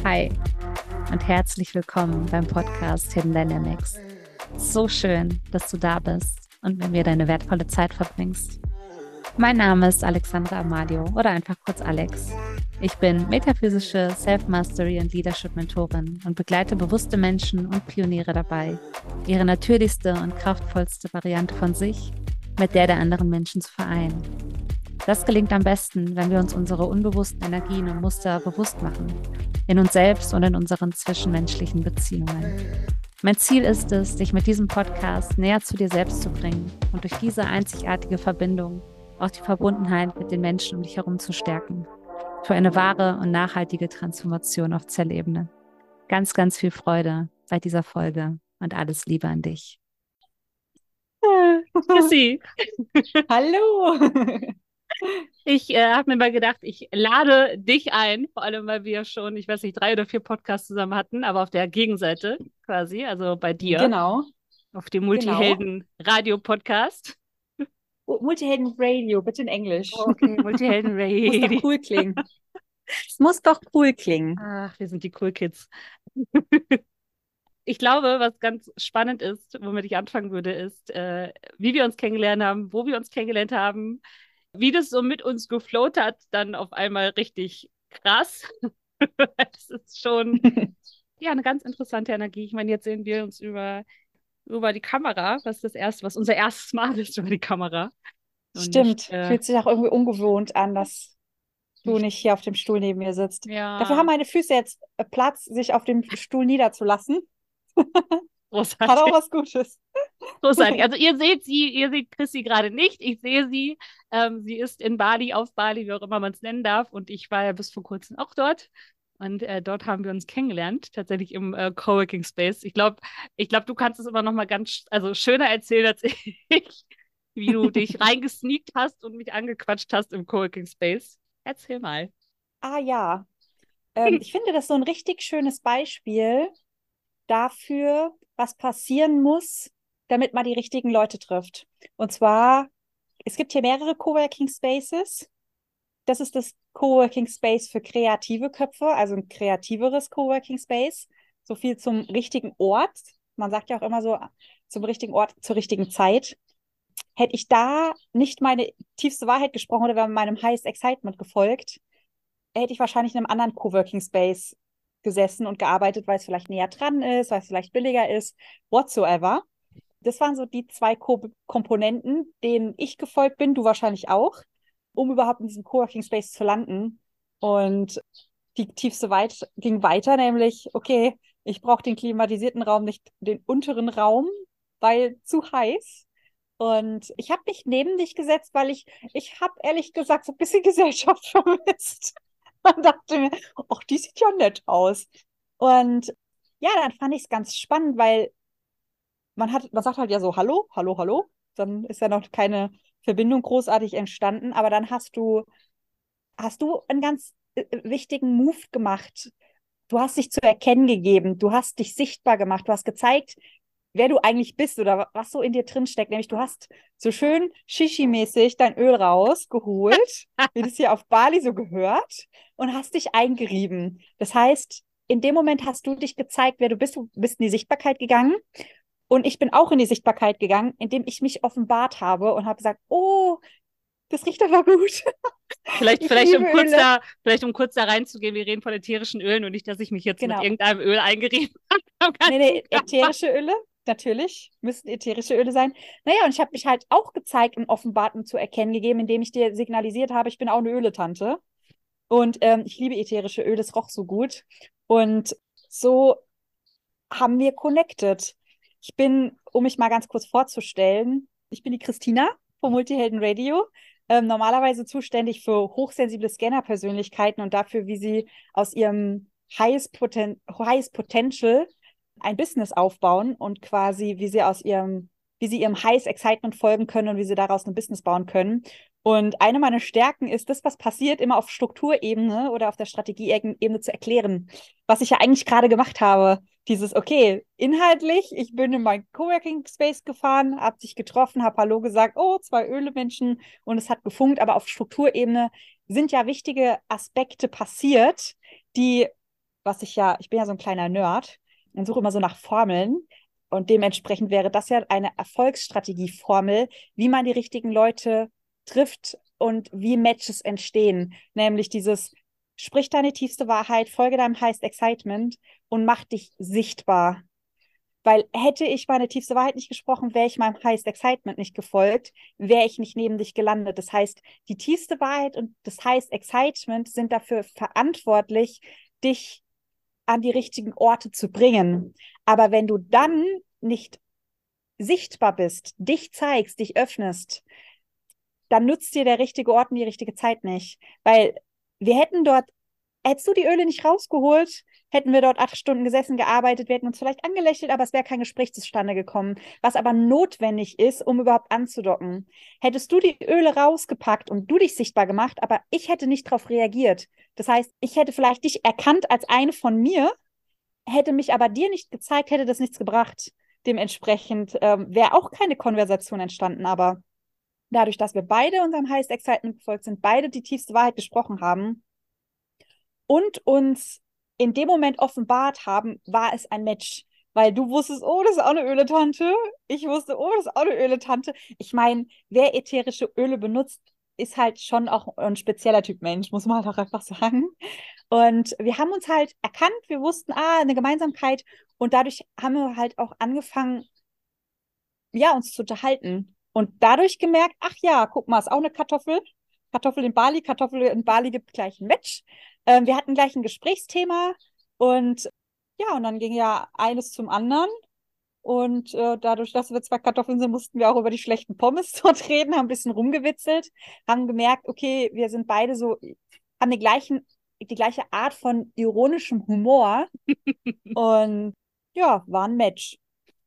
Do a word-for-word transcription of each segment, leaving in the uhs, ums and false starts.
Hi und herzlich willkommen beim Podcast Hidden Dynamics. So schön, dass du da bist und mit mir deine wertvolle Zeit verbringst. Mein Name ist Alexandra Amalio oder einfach kurz Alex. Ich bin metaphysische Self-Mastery- und Leadership-Mentorin und begleite bewusste Menschen und Pioniere dabei, ihre natürlichste und kraftvollste Variante von sich mit der der anderen Menschen zu vereinen. Das gelingt am besten, wenn wir uns unsere unbewussten Energien und Muster bewusst machen, in uns selbst und in unseren zwischenmenschlichen Beziehungen. Mein Ziel ist es, dich mit diesem Podcast näher zu dir selbst zu bringen und durch diese einzigartige Verbindung auch die Verbundenheit mit den Menschen um dich herum zu stärken. Für eine wahre und nachhaltige Transformation auf Zellebene. Ganz, ganz viel Freude bei dieser Folge und alles Liebe an dich. Chrissy, Hallo. ich äh, habe mir mal gedacht, ich lade dich ein, vor allem weil wir schon, ich weiß nicht, drei oder vier Podcasts zusammen hatten, aber auf der Gegenseite quasi, also bei dir, Genau, auf dem genau. Multihelden-Radio-Podcast. Oh, Multihelden Radio, bitte in Englisch. Oh, okay, Muss doch Multihelden-Radio. cool klingen. Es muss doch cool klingen. Ach, wir sind die Cool Kids. Ich glaube, was ganz spannend ist, womit ich anfangen würde, ist, äh, wie wir uns kennengelernt haben, wo wir uns kennengelernt haben, wie das so mit uns geflowt hat, dann auf einmal richtig krass. Es ist schon ja eine ganz interessante Energie. Ich meine, jetzt sehen wir uns über, über die Kamera, was das erste, was unser erstes Mal ist über die Kamera. Und nicht, Stimmt, äh, fühlt sich auch irgendwie ungewohnt an, dass du nicht nicht hier auf dem Stuhl neben mir sitzt. Dafür haben ja, meine Füße jetzt äh, Platz, sich auf dem Stuhl niederzulassen. Hat auch großartig. was Gutes. Großartig. Also ihr seht sie, ihr seht Chrissy gerade nicht. Ich sehe sie. Ähm, sie ist in Bali, auf Bali, wie auch immer man es nennen darf. Und ich war ja bis vor kurzem auch dort. Und äh, dort haben wir uns kennengelernt, tatsächlich im äh, Coworking Space. Ich glaube, ich glaube, du kannst es immer noch mal ganz, also schöner erzählen als ich, wie du dich reingesneakt hast und mich angequatscht hast im Coworking Space. Erzähl mal. Ah ja, ähm, ich finde das so ein richtig schönes Beispiel dafür, was passieren muss, damit man die richtigen Leute trifft. Und zwar, es gibt hier mehrere Coworking Spaces. Das ist das Coworking Space für kreative Köpfe, also ein kreativeres Coworking Space. So viel zum richtigen Ort. Man sagt ja auch immer so, zum richtigen Ort, zur richtigen Zeit. Hätte ich da nicht meine tiefste Wahrheit gesprochen oder wäre meinem Highest Excitement gefolgt, hätte ich wahrscheinlich in einem anderen Coworking Space gesessen und gearbeitet, weil es vielleicht näher dran ist, weil es vielleicht billiger ist, whatsoever. Das waren so die zwei Ko Komponenten, denen ich gefolgt bin, du wahrscheinlich auch, um überhaupt in diesem Coworking Space zu landen. Und die tiefste Weit ging weiter, nämlich, okay, ich brauche den klimatisierten Raum, nicht den unteren Raum, weil zu heiß. Und ich habe mich neben dich gesetzt, weil ich, ich habe ehrlich gesagt so ein bisschen Gesellschaft vermisst. Und dachte mir, ach, die sieht ja nett aus. Und ja, dann fand ich es ganz spannend, weil man hat, man sagt halt ja so, hallo, hallo, hallo. Dann ist ja noch keine Verbindung großartig entstanden, aber dann hast du, hast du einen ganz äh, wichtigen Move gemacht. Du hast dich zu erkennen gegeben, du hast dich sichtbar gemacht, du hast gezeigt, wer du eigentlich bist oder was so in dir drin steckt. Nämlich du hast so schön Shishi-mäßig dein Öl rausgeholt, wie das hier auf Bali so gehört, und hast dich eingerieben. Das heißt, in dem Moment hast du dich gezeigt, wer du bist. Du bist in die Sichtbarkeit gegangen. Und ich bin auch in die Sichtbarkeit gegangen, indem ich mich offenbart habe und habe gesagt, oh, das riecht aber gut. Vielleicht, Ich vielleicht, liebe um kurz Öle. da, vielleicht um kurz da reinzugehen, wir reden von ätherischen Ölen und nicht, dass ich mich jetzt mit Genau. irgendeinem Öl eingerieben habe am Nee, ganzen nee, Körper. ätherische Öle, natürlich, müssen ätherische Öle sein. Naja, und ich habe mich halt auch gezeigt und offenbart und zu erkennen gegeben, indem ich dir signalisiert habe, ich bin auch eine Öletante. Und ähm, ich liebe ätherische Öle, es roch so gut. Und so haben wir connected. Ich bin, um mich mal ganz kurz vorzustellen, ich bin die Christina vom Multihelden Radio, ähm, normalerweise zuständig für hochsensible Scanner-Persönlichkeiten und dafür, wie sie aus ihrem Highest, Poten Highest Potential ein Business aufbauen und quasi, wie sie aus ihrem, wie sie ihrem Highest Excitement folgen können und wie sie daraus ein Business bauen können. Und eine meiner Stärken ist, das, was passiert, immer auf Strukturebene oder auf der Strategieebene zu erklären, was ich ja eigentlich gerade gemacht habe. Dieses, okay, inhaltlich, ich bin in mein Coworking Space gefahren, hab dich getroffen, hab Hallo gesagt, oh, zwei Öle-Menschen, und es hat gefunkt, aber auf Strukturebene sind ja wichtige Aspekte passiert, die was ich ja, ich bin ja so ein kleiner Nerd und suche immer so nach Formeln. Und dementsprechend wäre das ja eine Erfolgsstrategieformel, wie man die richtigen Leute trifft und wie Matches entstehen. Nämlich dieses, sprich deine tiefste Wahrheit, folge deinem Highest Excitement und mach dich sichtbar. Weil hätte ich meine tiefste Wahrheit nicht gesprochen, wäre ich meinem Highest Excitement nicht gefolgt, wäre ich nicht neben dich gelandet. Das heißt, die tiefste Wahrheit und das Highest Excitement sind dafür verantwortlich, dich an die richtigen Orte zu bringen. Aber wenn du dann nicht sichtbar bist, dich zeigst, dich öffnest, dann nützt dir der richtige Ort und die richtige Zeit nicht. Weil wir hätten dort, hättest du die Öle nicht rausgeholt, hätten wir dort acht Stunden gesessen, gearbeitet, wir hätten uns vielleicht angelächelt, aber es wäre kein Gespräch zustande gekommen, was aber notwendig ist, um überhaupt anzudocken. Hättest du die Öle rausgepackt und du dich sichtbar gemacht, aber ich hätte nicht darauf reagiert. Das heißt, ich hätte vielleicht dich erkannt als eine von mir, hätte mich aber dir nicht gezeigt, hätte das nichts gebracht. Dementsprechend ähm, wäre auch keine Konversation entstanden, aber dadurch, dass wir beide unserem Highest Excitement gefolgt sind, beide die tiefste Wahrheit gesprochen haben und uns in dem Moment offenbart haben, war es ein Match. Weil du wusstest, oh, das ist auch eine Öletante. Ich wusste, oh, das ist auch eine Öletante. Ich meine, wer ätherische Öle benutzt, ist halt schon auch ein spezieller Typ Mensch, muss man halt auch einfach sagen. Und wir haben uns halt erkannt, wir wussten, ah, eine Gemeinsamkeit. Und dadurch haben wir halt auch angefangen, ja, uns zu unterhalten. Und dadurch gemerkt, ach ja, guck mal, ist auch eine Kartoffel. Kartoffel in Bali, Kartoffel in Bali gibt gleich ein Match. Ähm, wir hatten gleich ein Gesprächsthema und ja, und dann ging ja eines zum anderen. Und äh, dadurch, dass wir zwei Kartoffeln sind, mussten wir auch über die schlechten Pommes dort reden, haben ein bisschen rumgewitzelt, haben gemerkt, okay, wir sind beide so, haben die gleichen, die gleiche Art von ironischem Humor. Und ja, war ein Match.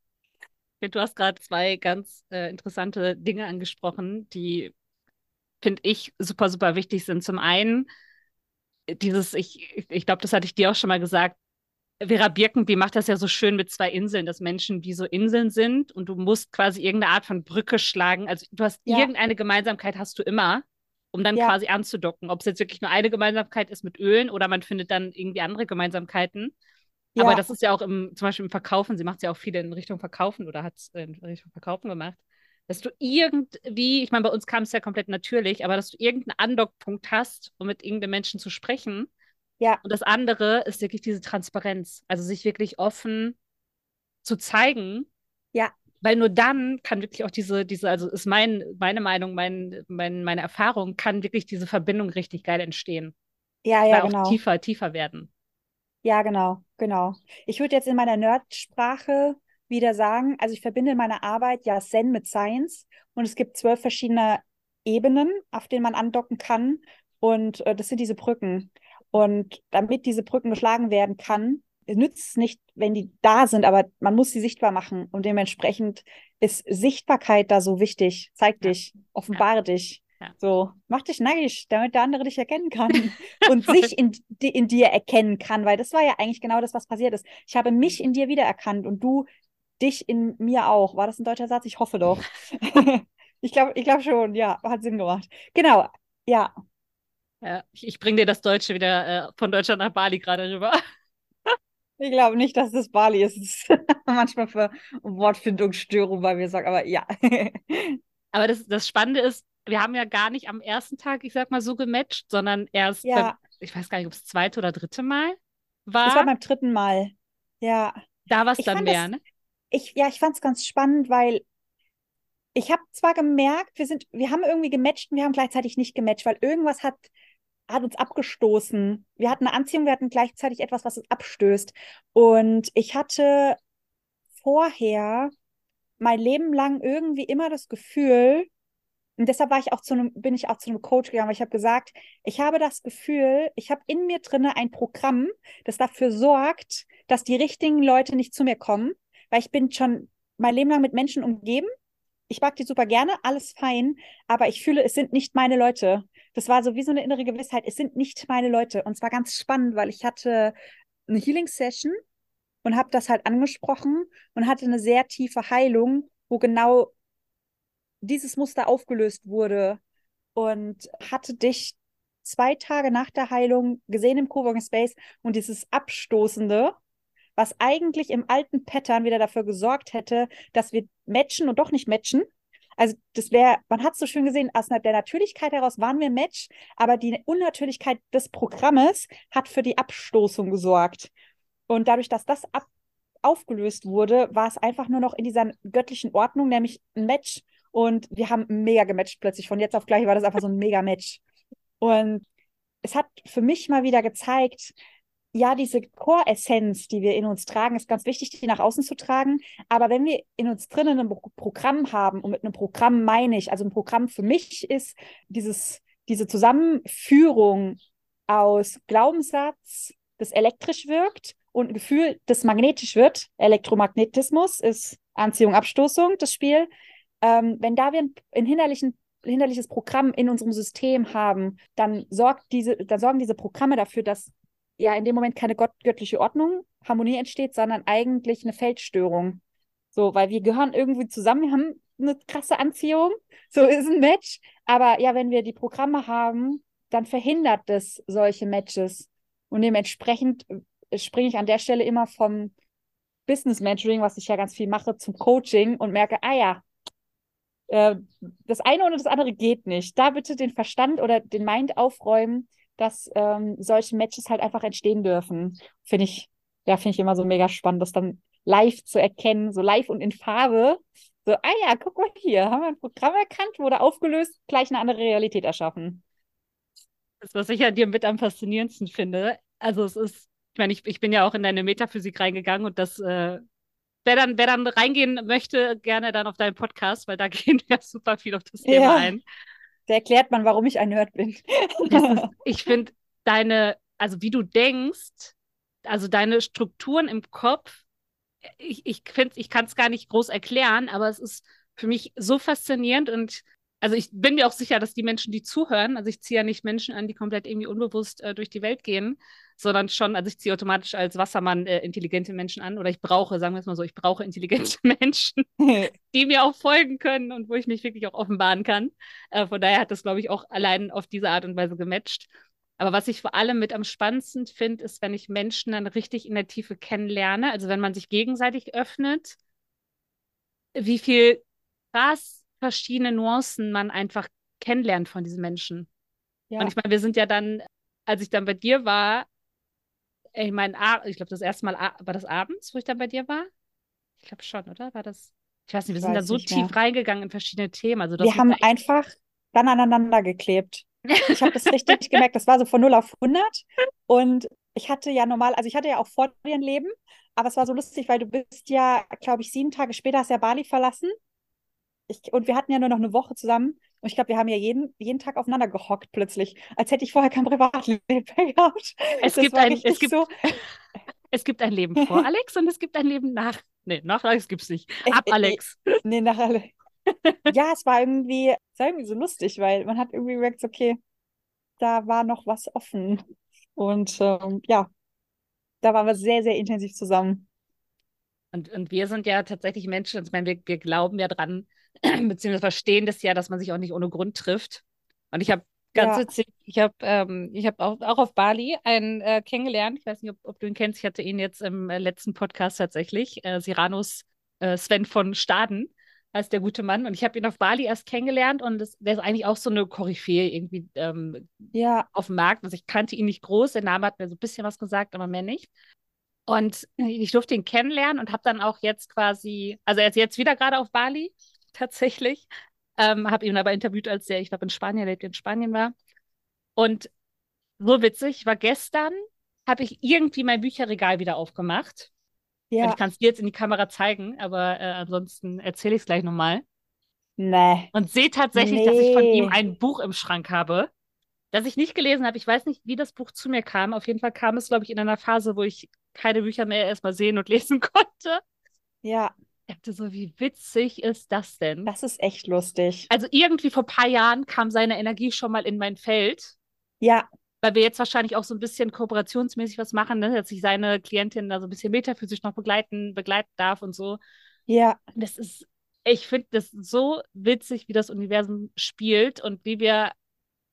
Du hast gerade zwei ganz äh, interessante Dinge angesprochen, die, finde ich, super, super wichtig sind. Zum einen, dieses, ich, ich, ich glaube, das hatte ich dir auch schon mal gesagt, Vera Birkenbier macht das ja so schön mit zwei Inseln, dass Menschen wie so Inseln sind und du musst quasi irgendeine Art von Brücke schlagen. Also du hast Ja, irgendeine Gemeinsamkeit hast du immer, um dann ja, quasi anzudocken. Ob es jetzt wirklich nur eine Gemeinsamkeit ist mit Ölen oder man findet dann irgendwie andere Gemeinsamkeiten. Aber ja, das ist ja auch im, zum Beispiel im Verkaufen, sie macht es ja auch viel in Richtung Verkaufen oder hat es in Richtung Verkaufen gemacht, dass du irgendwie, ich meine, bei uns kam es ja komplett natürlich, aber dass du irgendeinen Andockpunkt hast, um mit irgendeinem Menschen zu sprechen. ja, Und das andere ist wirklich diese Transparenz, also sich wirklich offen zu zeigen, ja, weil nur dann kann wirklich auch diese, diese, also ist mein, meine Meinung, mein, mein, meine Erfahrung, kann wirklich diese Verbindung richtig geil entstehen. ja, ja, Oder auch genau. tiefer, tiefer werden. Ja, genau, genau. Ich würde jetzt in meiner Nerdsprache wieder sagen, also ich verbinde in meiner Arbeit ja Zen mit Science und es gibt zwölf verschiedene Ebenen, auf denen man andocken kann und äh, das sind diese Brücken. Und damit diese Brücken geschlagen werden kann, nützt es nicht, wenn die da sind, aber man muss sie sichtbar machen und dementsprechend ist Sichtbarkeit da so wichtig. Zeig Ja, dich, ja, offenbare dich. ja. So, mach dich nackig, damit der andere dich erkennen kann und Voll. sich in, di- in dir erkennen kann, weil das war ja eigentlich genau das, was passiert ist. Ich habe mich in dir wiedererkannt und du dich in mir auch. War das ein deutscher Satz? Ich hoffe doch. Ich glaube, ich glaube schon, ja, hat Sinn gemacht. Genau, ja. Ja, ich, ich bringe dir das Deutsche wieder äh, von Deutschland nach Bali gerade rüber. Ich glaube nicht, dass das Bali ist. Es ist manchmal für Wortfindungsstörung bei mir sagt, aber ja. Aber das, das Spannende ist, wir haben ja gar nicht am ersten Tag, ich sag mal, so gematcht, sondern erst beim, Ja, ich weiß gar nicht, ob es das zweite oder dritte Mal es war war. beim dritten Mal. Ja. Da war es Ich dann fand mehr, das, ne? ich, ja, ich fand es ganz spannend, weil ich habe zwar gemerkt, wir sind, wir haben irgendwie gematcht und wir haben gleichzeitig nicht gematcht, weil irgendwas hat, hat uns abgestoßen. Wir hatten eine Anziehung, wir hatten gleichzeitig etwas, was uns abstößt. Und ich hatte vorher mein Leben lang irgendwie immer das Gefühl, und deshalb war ich auch zu einem, bin ich auch zu einem Coach gegangen, weil ich habe gesagt, ich habe das Gefühl, ich habe in mir drinne ein Programm, das dafür sorgt, dass die richtigen Leute nicht zu mir kommen, weil ich bin schon mein Leben lang mit Menschen umgeben. Ich mag die super gerne, alles fein, aber ich fühle, es sind nicht meine Leute. Das war so wie so eine innere Gewissheit, es sind nicht meine Leute. Und es war ganz spannend, weil ich hatte eine Healing-Session und habe das halt angesprochen und hatte eine sehr tiefe Heilung, wo genau dieses Muster aufgelöst wurde und hatte dich zwei Tage nach der Heilung gesehen im Coworking Space und dieses Abstoßende, was eigentlich im alten Pattern wieder dafür gesorgt hätte, dass wir matchen und doch nicht matchen. Also das wäre, man hat es so schön gesehen, aus der Natürlichkeit heraus waren wir ein Match, aber die Unnatürlichkeit des Programmes hat für die Abstoßung gesorgt. Und dadurch, dass das ab aufgelöst wurde, war es einfach nur noch in dieser göttlichen Ordnung, nämlich ein Match. Und wir haben mega gematcht plötzlich. Von jetzt auf gleich war das einfach so ein mega Match. Und es hat für mich mal wieder gezeigt, ja, diese Core-Essenz, die wir in uns tragen, ist ganz wichtig, die nach außen zu tragen. Aber wenn wir in uns drinnen ein Programm haben, und mit einem Programm meine ich, also ein Programm für mich ist dieses, diese Zusammenführung aus Glaubenssatz, das elektrisch wirkt, und ein Gefühl, das magnetisch wird. Elektromagnetismus ist Anziehung, Abstoßung, das Spiel. Ähm, wenn da wir ein, ein hinderlichen hinderliches Programm in unserem System haben, dann sorgt diese, dann sorgen diese Programme dafür, dass ja in dem Moment keine gott göttliche Ordnung, Harmonie entsteht, sondern eigentlich eine Feldstörung. So, weil wir gehören irgendwie zusammen, wir haben eine krasse Anziehung, so ist ein Match. Aber ja, wenn wir die Programme haben, dann verhindert das solche Matches. Und dementsprechend springe ich an der Stelle immer vom Business Mentoring, was ich ja ganz viel mache, zum Coaching und merke, ah ja, das eine oder das andere geht nicht. Da bitte den Verstand oder den Mind aufräumen, dass ähm, solche Matches halt einfach entstehen dürfen. Finde ich, ja, finde ich immer so mega spannend, das dann live zu erkennen, so live und in Farbe. So, ah ja, guck mal hier, haben wir ein Programm erkannt, wurde aufgelöst, gleich eine andere Realität erschaffen. Das, was ich an dir mit am faszinierendsten finde, also es ist, ich meine, ich, ich bin ja auch in deine Metaphysik reingegangen und das äh, Wer dann, wer dann reingehen möchte, gerne dann auf deinen Podcast, weil da gehen wir super viel auf das Thema Ja, ein. da erklärt man, warum ich ein Nerd bin. Das ist, ich finde deine, also wie du denkst, also deine Strukturen im Kopf, ich, ich finde, ich kann es gar nicht groß erklären, aber es ist für mich so faszinierend und also ich bin mir auch sicher, dass die Menschen, die zuhören, also ich ziehe ja nicht Menschen an, die komplett irgendwie unbewusst äh, durch die Welt gehen, sondern schon, also ich ziehe automatisch als Wassermann äh, intelligente Menschen an oder ich brauche, sagen wir es mal so, ich brauche intelligente Menschen, die mir auch folgen können und wo ich mich wirklich auch offenbaren kann. Äh, von daher hat das, glaube ich, auch allein auf diese Art und Weise gematcht. Aber was ich vor allem mit am spannendsten finde, ist, wenn ich Menschen dann richtig in der Tiefe kennenlerne, also wenn man sich gegenseitig öffnet, wie viel krass verschiedene Nuancen man einfach kennenlernt von diesen Menschen. Ja. Und ich meine, wir sind ja dann, als ich dann bei dir war, ich meine, ich glaube, das erste Mal war das abends, wo ich dann bei dir war? Ich glaube schon, oder? War das? Ich weiß nicht, wir Ich sind da weiß so nicht tief mehr. reingegangen in verschiedene Themen. Also, du hast Wir mich da haben einfach dann aneinander geklebt. Ich habe das richtig gemerkt. Das war so von null auf hundert. Und ich hatte ja normal, also ich hatte ja auch vor dir ein Leben, aber es war so lustig, weil du bist ja, glaube ich, sieben Tage später hast ja Bali verlassen. Ich, und wir hatten ja nur noch eine Woche zusammen. Und ich glaube, wir haben ja jeden, jeden Tag aufeinander gehockt plötzlich, als hätte ich vorher kein Privatleben mehr gehabt. Es Das gibt war ein, es richtig gibt, so. es gibt ein Leben vor Alex und es gibt ein Leben nach. Nee, nach Alex gibt es nicht. Äh, Ab äh, Alex. nee, nach alle. Ja, es war irgendwie, es war irgendwie so lustig, weil man hat irgendwie gemerkt, okay, da war noch was offen. Und ähm, ja, da waren wir sehr, sehr intensiv zusammen. Und, und wir sind ja tatsächlich Menschen, ich meine, wir, wir glauben ja dran, beziehungsweise verstehen das ja, dass man sich auch nicht ohne Grund trifft. Und ich habe ganz Ja, witzig, ich habe ähm, ich hab auch, auch auf Bali einen äh, kennengelernt. Ich weiß nicht, ob, ob du ihn kennst. Ich hatte ihn jetzt im äh, letzten Podcast tatsächlich. Äh, Siranus äh, Sven von Staden heißt der gute Mann. Und ich habe ihn auf Bali erst kennengelernt und das, der ist eigentlich auch so eine Koryphäe irgendwie ähm, ja, auf dem Markt. Also ich kannte ihn nicht groß. Der Name hat mir so ein bisschen was gesagt, aber mehr nicht. Und ich durfte ihn kennenlernen und habe dann auch jetzt quasi, also er ist jetzt wieder gerade auf Bali, tatsächlich. Ähm, habe ihn aber interviewt, als er, ich glaube, in Spanien, lebt in Spanien war. Und so witzig, war gestern, habe ich irgendwie mein Bücherregal wieder aufgemacht. Und ich ja, kann es dir jetzt in die Kamera zeigen, aber äh, ansonsten erzähle ich es gleich nochmal. nee, Und sehe tatsächlich, dass ich von ihm nee. ein Buch im Schrank habe, das ich nicht gelesen habe. Ich weiß nicht, wie das Buch zu mir kam. Auf jeden Fall kam es, glaube ich, in einer Phase, wo ich keine Bücher mehr erstmal sehen und lesen konnte. Ja, Ich dachte so, wie witzig ist das denn? das ist echt lustig. Also irgendwie vor ein paar Jahren kam seine Energie schon mal in mein Feld, Ja, weil wir jetzt wahrscheinlich auch so ein bisschen kooperationsmäßig was machen, ne? Dass ich seine Klientin da so ein bisschen metaphysisch noch begleiten, begleiten darf und so. ja, Das ist, ich finde das so witzig, wie das Universum spielt und wie wir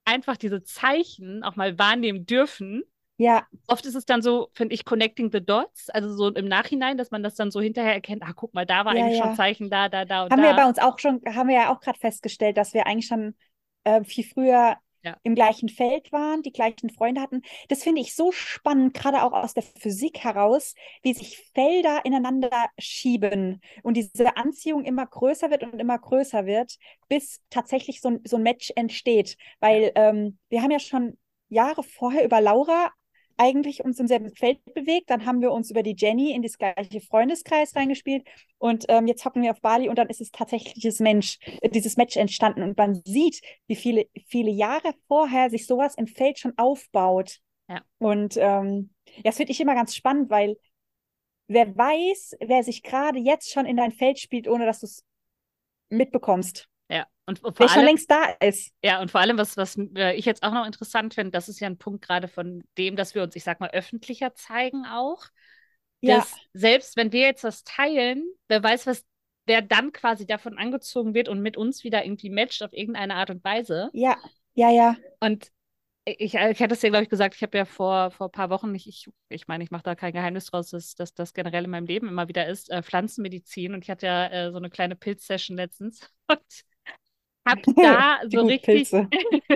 einfach diese Zeichen auch mal wahrnehmen dürfen. Ja, Oft ist es dann so, finde ich, connecting the dots, also so im Nachhinein, dass man das dann so hinterher erkennt, ah, guck mal, da war ja, eigentlich schon ja. Zeichen da, da, da und Haben wir da. bei uns auch schon, haben wir ja auch gerade festgestellt, dass wir eigentlich schon äh, viel früher Ja, im gleichen Feld waren, die gleichen Freunde hatten. Das finde ich so spannend, gerade auch aus der Physik heraus, wie sich Felder ineinander schieben und diese Anziehung immer größer wird und immer größer wird, bis tatsächlich so ein, so ein Match entsteht. ja, Weil ähm, wir haben ja schon Jahre vorher über Laura eigentlich uns im selben Feld bewegt. Dann haben wir uns über die Jenny in das gleiche Freundeskreis reingespielt. Und ähm, jetzt hocken wir auf Bali und dann ist es tatsächlich dieses Mensch, äh, dieses Match entstanden. Und man sieht, wie viele, viele Jahre vorher sich sowas im Feld schon aufbaut. ja. Und ähm, das finde ich immer ganz spannend, weil wer weiß, wer sich gerade jetzt schon in dein Feld spielt, ohne dass du es mitbekommst. Ja, und vor Der schon allem, längst da ist. ja, und vor allem, was, was äh, ich jetzt auch noch interessant finde, das ist ja ein Punkt gerade von dem, dass wir uns, ich sag mal, öffentlicher zeigen auch, Ja, dass selbst wenn wir jetzt was teilen, wer weiß, was, wer dann quasi davon angezogen wird und mit uns wieder irgendwie matcht auf irgendeine Art und Weise. ja, ja, ja, Und ich, ich hatte es ja, glaube ich, gesagt, ich habe ja vor, vor ein paar Wochen, ich, ich, ich meine, ich mache da kein Geheimnis draus, dass, dass das generell in meinem Leben immer wieder ist, äh, Pflanzenmedizin. Und ich hatte ja äh, so eine kleine Pilz-Session letztens und habe da die so guten richtig, Pilze.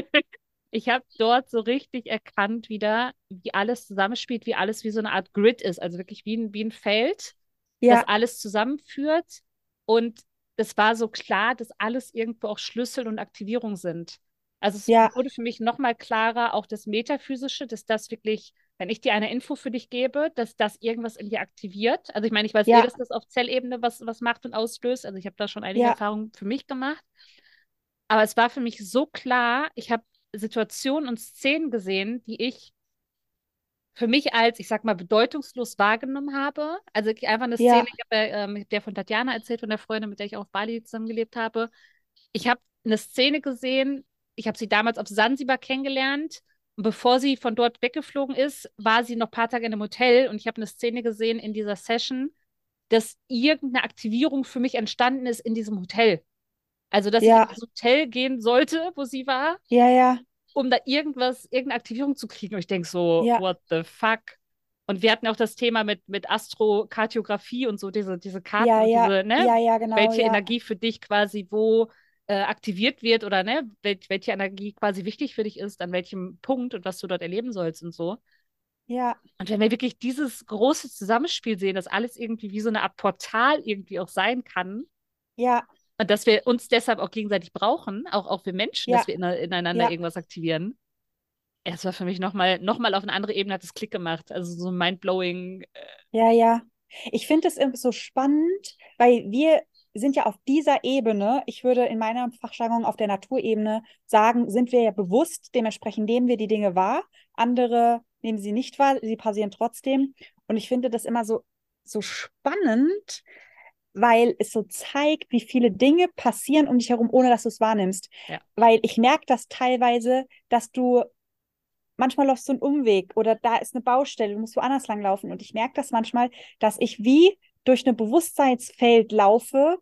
ich habe dort so richtig erkannt wieder, wie alles zusammenspielt, wie alles wie so eine Art Grid ist, also wirklich wie ein, wie ein Feld, das Ja, alles zusammenführt. Und es war so klar, dass alles irgendwo auch Schlüssel und Aktivierung sind. Also es ja, wurde für mich nochmal klarer, auch das Metaphysische, dass das wirklich, wenn ich dir eine Info für dich gebe, dass das irgendwas in dir aktiviert. Also ich meine, ich weiß eh, ja, dass das auf Zellebene was, was macht und auslöst. Also ich habe da schon einige ja, Erfahrungen für mich gemacht. Aber es war für mich so klar, ich habe Situationen und Szenen gesehen, die ich für mich als, ich sag mal, bedeutungslos wahrgenommen habe. Also wirklich einfach eine Szene, ja, ich habe ja, ähm, ich hab der von Tatjana erzählt, von der Freundin, mit der ich auch auf Bali zusammengelebt habe. Ich habe eine Szene gesehen, ich habe sie damals auf Sansibar kennengelernt. Und bevor sie von dort weggeflogen ist, war sie noch ein paar Tage in einem Hotel und ich habe eine Szene gesehen in dieser Session, dass irgendeine Aktivierung für mich entstanden ist in diesem Hotel. Also, dass ich in ja, das Hotel gehen sollte, wo sie war, ja, ja, um da irgendwas, irgendeine Aktivierung zu kriegen. Und ich denke so, ja, what the fuck? Und wir hatten auch das Thema mit, mit Astrokartografie und so, diese, diese Karten ja, und ja, diese, ne, ja, ja, genau, welche ja, Energie für dich quasi wo äh, aktiviert wird oder ne, wel welche Energie quasi wichtig für dich ist, an welchem Punkt und was du dort erleben sollst und so. ja, Und wenn wir wirklich dieses große Zusammenspiel sehen, dass alles irgendwie wie so eine Art Portal irgendwie auch sein kann, ja, und dass wir uns deshalb auch gegenseitig brauchen, auch, auch wir Menschen, dass ja, wir in, ineinander ja, irgendwas aktivieren. Es war für mich nochmal noch mal auf eine andere Ebene, hat es Klick gemacht. Also so mindblowing. Äh, ja, ja. Ich finde es irgendwie so spannend, weil wir sind ja auf dieser Ebene, ich würde in meiner Fachjargon auf der Naturebene sagen, sind wir ja bewusst, dementsprechend nehmen wir die Dinge wahr. Andere nehmen sie nicht wahr, sie passieren trotzdem. Und ich finde das immer so, so spannend, weil es so zeigt, wie viele Dinge passieren um dich herum, ohne dass du es wahrnimmst. ja, Weil ich merke das teilweise, dass du manchmal läufst du einen Umweg oder da ist eine Baustelle, du musst woanders langlaufen. Und ich merke das manchmal, dass ich wie durch ein Bewusstseinsfeld laufe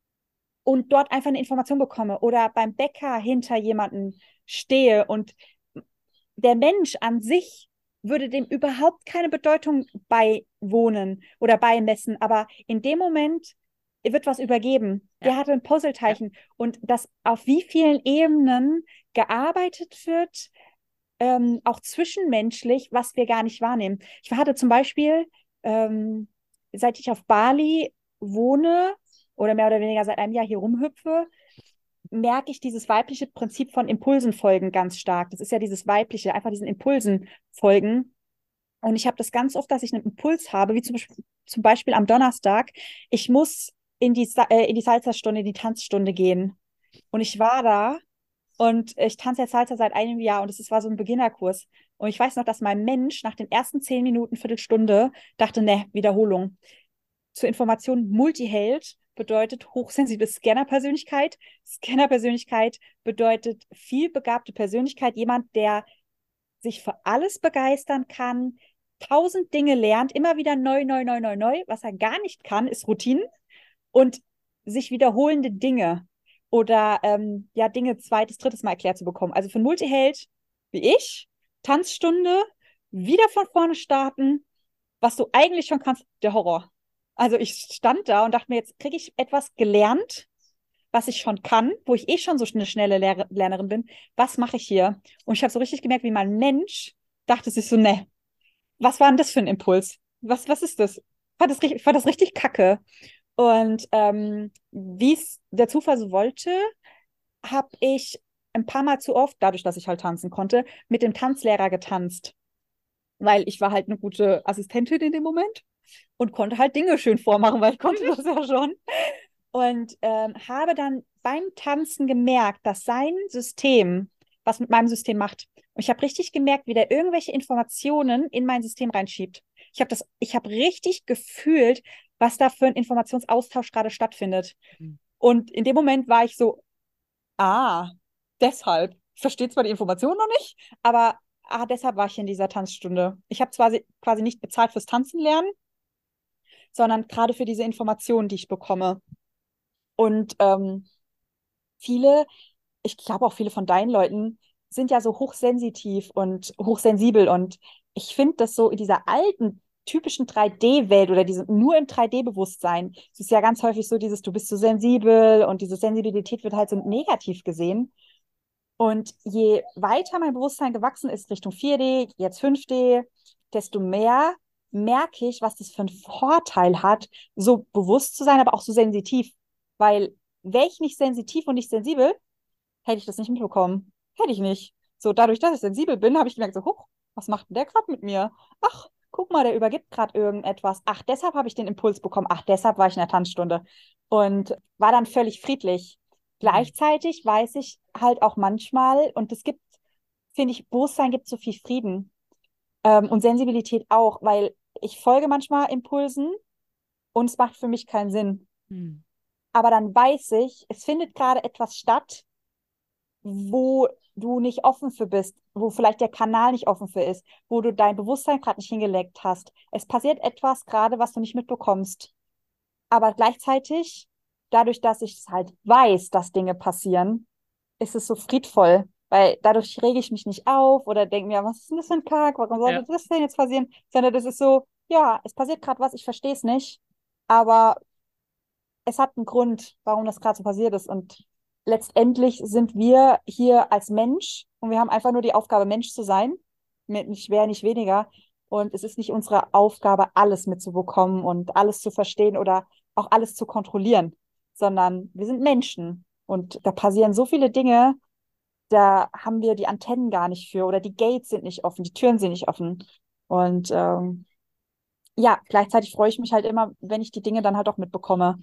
und dort einfach eine Information bekomme oder beim Bäcker hinter jemanden stehe und der Mensch an sich würde dem überhaupt keine Bedeutung beiwohnen oder beimessen, aber in dem Moment wird was übergeben. ja, Der hatte ein ja, Puzzleteilchen und das auf wie vielen Ebenen gearbeitet wird, ähm, auch zwischenmenschlich, was wir gar nicht wahrnehmen. Ich hatte zum Beispiel, ähm, seit ich auf Bali wohne oder mehr oder weniger seit einem Jahr hier rumhüpfe, merke ich dieses weibliche Prinzip von Impulsen folgen ganz stark. Das ist ja dieses weibliche, einfach diesen Impulsen folgen. Und ich habe das ganz oft, dass ich einen Impuls habe, wie zum Beispiel, zum Beispiel am Donnerstag. Ich muss in die, äh, in die Salsa-Stunde, in die Tanzstunde gehen. Und ich war da und ich tanze jetzt Salsa seit einem Jahr und es war so ein Beginnerkurs. Und ich weiß noch, dass mein Mensch nach den ersten zehn Minuten, Viertelstunde dachte, ne, Wiederholung. Zur Information, Multiheld bedeutet hochsensible Scanner-Persönlichkeit. Scanner-Persönlichkeit bedeutet vielbegabte Persönlichkeit, jemand, der sich für alles begeistern kann, tausend Dinge lernt, immer wieder neu, neu, neu, neu, neu. Was er gar nicht kann, ist Routinen und sich wiederholende Dinge. oder ähm, ja, Dinge zweites, drittes Mal erklärt zu bekommen. Also für einen Multiheld wie ich, Tanzstunde, wieder von vorne starten, was du eigentlich schon kannst, der Horror. Also ich stand da und dachte mir, jetzt kriege ich etwas gelernt, was ich schon kann, wo ich eh schon so eine schnelle Lehr Lernerin bin. Was mache ich hier? Und ich habe so richtig gemerkt, wie mein Mensch dachte sich so, ne, was war denn das für ein Impuls? Was, was ist das? War das, richtig- war das richtig kacke? Und ähm, wie es der Zufall so wollte, habe ich ein paar Mal zu oft, dadurch, dass ich halt tanzen konnte, mit dem Tanzlehrer getanzt. Weil ich war halt eine gute Assistentin in dem Moment und konnte halt Dinge schön vormachen, weil ich konnte das ja schon. Und ähm, habe dann beim Tanzen gemerkt, dass sein System was mit meinem System macht. Und ich habe richtig gemerkt, wie der irgendwelche Informationen in mein System reinschiebt. Ich habe das, ich habe richtig gefühlt, was da für ein Informationsaustausch gerade stattfindet. Mhm. Und in dem Moment war ich so, ah, deshalb. Ich verstehe zwar die Information noch nicht, aber ah, deshalb war ich in dieser Tanzstunde. Ich habe zwar quasi nicht bezahlt fürs Tanzen lernen, sondern gerade für diese Informationen, die ich bekomme. Und ähm, viele, ich glaube auch viele von deinen Leuten, sind ja so hochsensitiv und hochsensibel. Und ich finde das so in dieser alten, typischen drei D-Welt oder diesem nur im drei D-Bewusstsein, es ist ja ganz häufig so dieses, du bist so sensibel und diese Sensibilität wird halt so negativ gesehen. Und je weiter mein Bewusstsein gewachsen ist Richtung vier D, jetzt fünf D, desto mehr merke ich, was das für einen Vorteil hat, so bewusst zu sein, aber auch so sensitiv. Weil wäre ich nicht sensitiv und nicht sensibel, hätte ich das nicht mitbekommen. Hätte ich nicht. So, dadurch, dass ich sensibel bin, habe ich gemerkt, so, huch, was macht denn der gerade mit mir? Ach, guck mal, der übergibt gerade irgendetwas. Ach, deshalb habe ich den Impuls bekommen. Ach, deshalb war ich in der Tanzstunde. Und war dann völlig friedlich. Gleichzeitig weiß ich halt auch manchmal, und es gibt, finde ich, Bewusstsein gibt so viel Frieden ähm, und Sensibilität auch, weil ich folge manchmal Impulsen und es macht für mich keinen Sinn. Mhm. Aber dann weiß ich, es findet gerade etwas statt, wo du nicht offen für bist, wo vielleicht der Kanal nicht offen für ist, wo du dein Bewusstsein gerade nicht hingelegt hast. Es passiert etwas gerade, was du nicht mitbekommst. Aber gleichzeitig, dadurch, dass ich es halt weiß, dass Dinge passieren, ist es so friedvoll, weil dadurch rege ich mich nicht auf oder denke mir, was ist denn das für ein Tag? Warum sollte Ja. das denn jetzt passieren? Sondern das ist so, ja, es passiert gerade was, ich verstehe es nicht, aber es hat einen Grund, warum das gerade so passiert ist. Und letztendlich sind wir hier als Mensch und wir haben einfach nur die Aufgabe, Mensch zu sein, nicht mehr, nicht weniger. Und es ist nicht unsere Aufgabe, alles mitzubekommen und alles zu verstehen oder auch alles zu kontrollieren, sondern wir sind Menschen. Und da passieren so viele Dinge, da haben wir die Antennen gar nicht für oder die Gates sind nicht offen, die Türen sind nicht offen. Und ähm, ja, gleichzeitig freue ich mich halt immer, wenn ich die Dinge dann halt auch mitbekomme.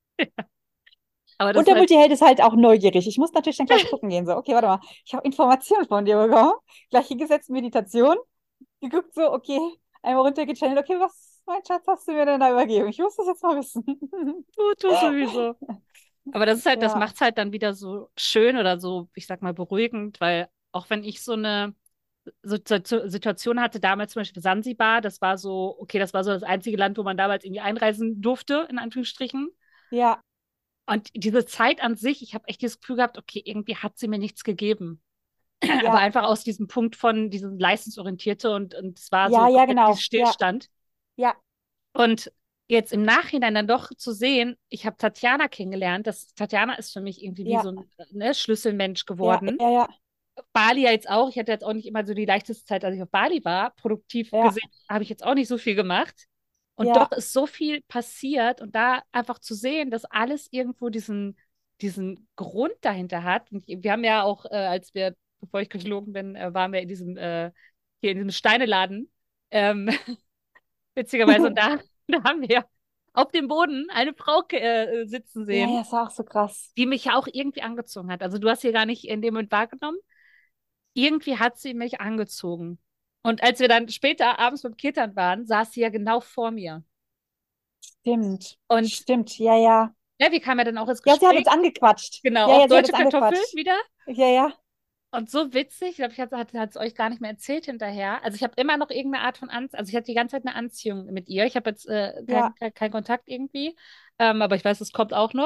Aber das Und ist der halt, Multiheld ist halt auch neugierig. Ich muss natürlich dann gleich gucken gehen. So, okay, warte mal. Ich habe Informationen von dir bekommen. Gleich hingesetzt, Meditation. Geguckt so, okay, einmal runtergechannelt. Okay, was, mein Schatz, hast du mir denn da übergeben? Ich muss das jetzt mal wissen. du, du sowieso. Aber das ist halt, das Ja, macht es halt dann wieder so schön oder so, ich sag mal, beruhigend, weil auch wenn ich so eine so, so, Situation hatte, damals zum Beispiel Sansibar, das war so, okay, das war so das einzige Land, wo man damals irgendwie einreisen durfte, in Anführungsstrichen. ja, Und diese Zeit an sich, ich habe echt das Gefühl gehabt, okay, irgendwie hat sie mir nichts gegeben. Aber ja, einfach aus diesem Punkt von diesem Leistungsorientierte und, und es war ja, so ja, komplett dieses genau. Ja, Stillstand. ja, Und jetzt im Nachhinein dann doch zu sehen, ich habe Tatjana kennengelernt. Das, Tatjana ist für mich irgendwie wie ja, so ein ne, Schlüsselmensch ja, geworden. ja, ja, Bali ja jetzt auch. Ich hatte jetzt auch nicht immer so die leichteste Zeit, als ich auf Bali war. Produktiv ja, gesehen habe ich jetzt auch nicht so viel gemacht. Und doch ja, ist so viel passiert und da einfach zu sehen, dass alles irgendwo diesen, diesen Grund dahinter hat. Und wir haben ja auch, äh, als wir, bevor ich geflogen bin, äh, waren wir in diesem, äh, hier in diesem Steineladen. Ähm, witzigerweise. Und da, da haben wir auf dem Boden eine Frau äh, sitzen ja, sehen, ja, ist auch so krass. die mich ja auch irgendwie angezogen hat. Also du hast sie gar nicht in dem Moment wahrgenommen. Irgendwie hat sie mich angezogen. Und als wir dann später abends beim Kittern waren, saß sie ja genau vor mir. Stimmt, Und stimmt, ja, ja. ja, wir kamen ja dann auch ins Ja, sie hat Gespräch, uns angequatscht. genau, Ja, auf ja, sie hat deutsche uns Kartoffeln angequatscht. wieder. Ja, ja, Und so witzig, ich glaube, ich hatte es euch gar nicht mehr erzählt hinterher. Also ich habe immer noch irgendeine Art von Anziehung, also ich hatte die ganze Zeit eine Anziehung mit ihr. Ich habe jetzt äh, ja, keinen kein, kein Kontakt irgendwie, ähm, aber ich weiß, es kommt auch noch.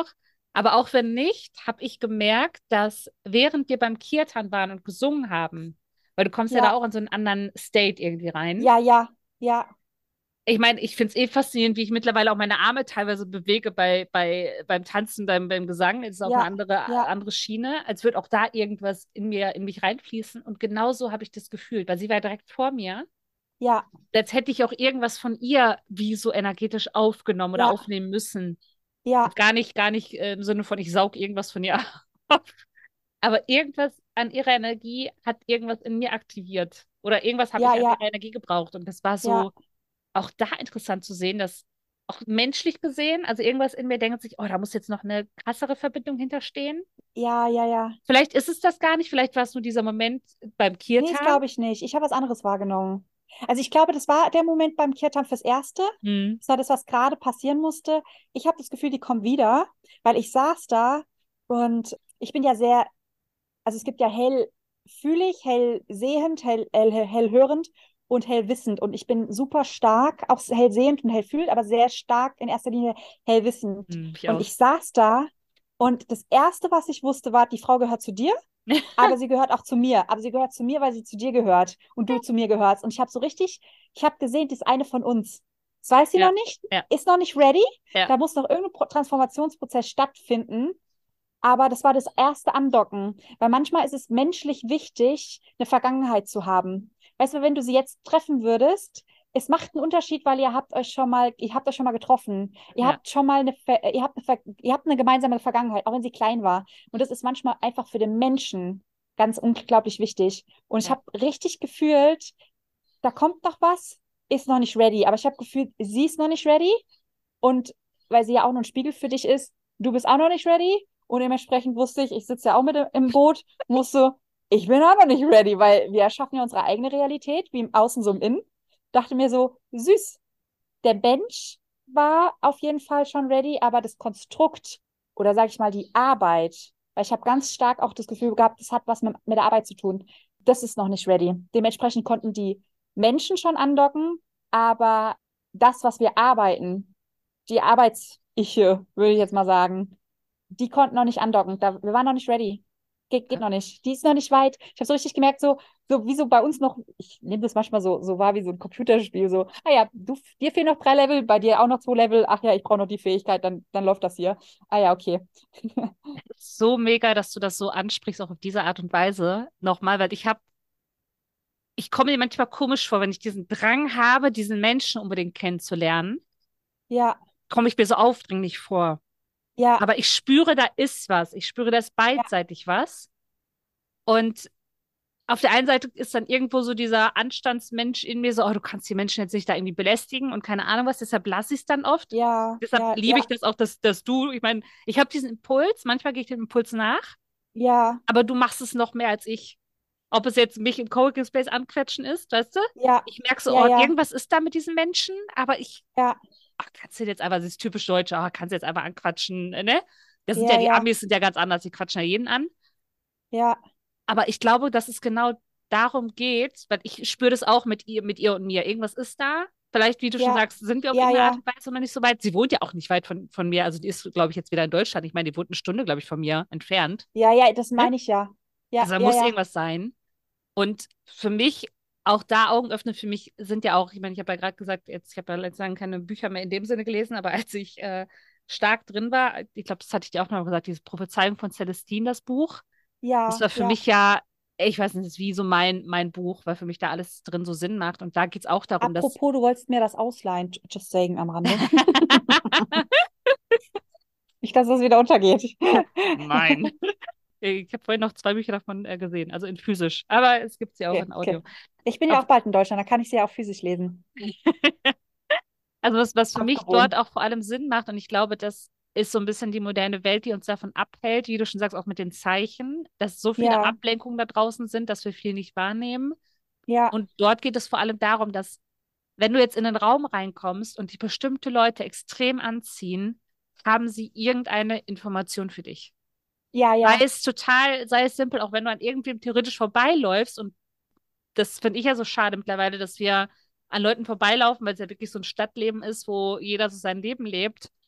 Aber auch wenn nicht, habe ich gemerkt, dass während wir beim Kirtan waren und gesungen haben, weil du kommst ja da Ja, auch in so einen anderen State irgendwie rein. ja, ja, ja, Ich meine, ich finde es eh faszinierend, wie ich mittlerweile auch meine Arme teilweise bewege bei, bei, beim Tanzen, beim, beim Gesang. Es ist auch eine ja, andere, ja, andere Schiene, als würde auch da irgendwas in mir, in mich reinfließen. Und genauso habe ich das gefühlt, weil sie war direkt vor mir. ja, Als hätte ich auch irgendwas von ihr wie so energetisch aufgenommen oder ja, aufnehmen müssen. ja, Jetzt gar nicht, gar nicht äh, im Sinne von, ich saug irgendwas von ihr auf. Aber irgendwas an ihrer Energie hat irgendwas in mir aktiviert. Oder irgendwas habe ja, ich an ja, ihrer Energie gebraucht. Und das war ja, so auch da interessant zu sehen, dass auch menschlich gesehen, also irgendwas in mir denkt sich, oh, da muss jetzt noch eine krassere Verbindung hinterstehen. ja, ja, ja. Vielleicht ist es das gar nicht, vielleicht war es nur dieser Moment beim Nee, das Kirtan. glaube ich nicht. Ich habe was anderes wahrgenommen. Also ich glaube, das war der Moment beim Kirtan fürs Erste. Hm. Das war das, was gerade passieren musste. Ich habe das Gefühl, die kommen wieder, weil ich saß da und ich bin ja sehr, also es gibt ja hell fühlig, hell sehend, hell, hell, hell hörend und hell wissend. Und ich bin super stark, auch hell sehend und hell fühlend, aber sehr stark in erster Linie hell wissend. Hm, ich Und auch. ich saß da und das Erste, was ich wusste, war, die Frau gehört zu dir. Aber sie gehört auch zu mir. Aber sie gehört zu mir, weil sie zu dir gehört und du zu mir gehörst. Und ich habe so richtig, ich habe gesehen, die ist eine von uns. Das weiß sie Ja, noch nicht, ja, ist noch nicht ready. ja, Da muss noch irgendein Pro- Transformationsprozess stattfinden. Aber das war das erste Andocken. Weil manchmal ist es menschlich wichtig, eine Vergangenheit zu haben. Weißt du, wenn du sie jetzt treffen würdest, es macht einen Unterschied, weil ihr habt euch schon mal, ihr habt euch schon mal getroffen. Ihr ja, habt schon mal eine, Ver- ihr habt eine, Ver- ihr habt eine gemeinsame Vergangenheit, auch wenn sie klein war. Und das ist manchmal einfach für den Menschen ganz unglaublich wichtig. Und ich ja. habe richtig gefühlt, da kommt noch was, ist noch nicht ready. Aber ich habe gefühlt, sie ist noch nicht ready. Und weil sie ja auch noch ein Spiegel für dich ist, du bist auch noch nicht ready. Und dementsprechend wusste ich, ich sitze ja auch mit im Boot, musste, ich bin auch noch nicht ready, weil wir erschaffen ja unsere eigene Realität, wie im Außen so im Innen. Dachte mir so, süß. Der Bench war auf jeden Fall schon ready, aber das Konstrukt oder sage ich mal die Arbeit, weil ich habe ganz stark auch das Gefühl gehabt, das hat was mit, mit der Arbeit zu tun, das ist noch nicht ready. Dementsprechend konnten die Menschen schon andocken, aber das, was wir arbeiten, die Arbeits-Iche, würde ich jetzt mal sagen, die konnten noch nicht andocken. Da, wir waren noch nicht ready. Geht, geht noch nicht. Die ist noch nicht weit. Ich habe so richtig gemerkt, so, so wie so bei uns noch, ich nehme das manchmal so, so wahr wie so ein Computerspiel, so, ah ja, du, dir fehlen noch drei Level, bei dir auch noch zwei Level, ach ja, ich brauche noch die Fähigkeit, dann, dann läuft das hier. Ah ja, okay. So mega, dass du das so ansprichst, auch auf diese Art und Weise. Nochmal, weil ich habe, ich komme mir manchmal komisch vor, wenn ich diesen Drang habe, diesen Menschen unbedingt kennenzulernen, Ja, komme ich mir so aufdringlich vor. ja, Aber ich spüre, da ist was. Ich spüre, da ist ja, beidseitig was. Und auf der einen Seite ist dann irgendwo so dieser Anstandsmensch in mir so, oh, du kannst die Menschen jetzt nicht da irgendwie belästigen und keine Ahnung was, deshalb lasse ich es dann oft. ja, Deshalb ja, liebe ich ja, das auch, dass, dass du, ich meine, ich habe diesen Impuls, manchmal gehe ich dem Impuls nach, ja, aber du machst es noch mehr als ich. Ob es jetzt mich im Coworking Space anquetschen ist, weißt du? ja, Ich merke so, ja, oh, ja, irgendwas ist da mit diesen Menschen, aber ich, ja, ach, kannst du jetzt einfach, das ist typisch deutsch, ach, kannst du jetzt einfach anquatschen, ne? Das sind ja, ja, die ja, Amis sind ja ganz anders, die quatschen ja jeden an. ja, Aber ich glaube, dass es genau darum geht, weil ich spüre das auch mit ihr, mit ihr und mir. Irgendwas ist da. Vielleicht, wie du schon ja, sagst, sind wir auf ja, irgendeine Art ja, und Weise noch nicht so weit. Sie wohnt ja auch nicht weit von, von mir. Also die ist, glaube ich, jetzt wieder in Deutschland. Ich meine, die wohnt eine Stunde, glaube ich, von mir entfernt. ja, ja, das Ne? meine ich ja. Ja, Also da ja, muss ja, irgendwas sein. Und für mich, auch da Augen öffnen, für mich sind ja auch, ich meine, ich habe ja gerade gesagt, jetzt, ich habe ja letztens keine Bücher mehr in dem Sinne gelesen, aber als ich äh, stark drin war, ich glaube, das hatte ich dir auch noch mal gesagt, diese Prophezeiung von Celestine, das Buch. Das ja, war für ja. mich ja, ich weiß nicht, das ist wie so mein, mein Buch, weil für mich da alles drin so Sinn macht. Und da geht es auch darum, dass. Apropos, du wolltest mir das ausleihen, just saying am Rande. Nicht, dass das wieder untergeht. Nein. Ich habe vorhin noch zwei Bücher davon äh, gesehen, also in physisch. Aber es gibt sie auch Okay, in okay. Audio. Ich bin ja Auf, auch bald in Deutschland, da kann ich sie ja auch physisch lesen. also was, was für mich dort Aufgewogen. auch vor allem Sinn macht, und ich glaube, das ist so ein bisschen die moderne Welt, die uns davon abhält, wie du schon sagst, auch mit den Zeichen, dass so viele Ja, Ablenkungen da draußen sind, dass wir viel nicht wahrnehmen. ja, Und dort geht es vor allem darum, dass wenn du jetzt in den Raum reinkommst und die bestimmte Leute extrem anziehen, haben sie irgendeine Information für dich. ja, Sei ja, es total, sei es simpel, auch wenn du an irgendwem theoretisch vorbeiläufst, und das finde ich ja so schade mittlerweile, dass wir an Leuten vorbeilaufen, weil es ja wirklich so ein Stadtleben ist, wo jeder so sein Leben lebt.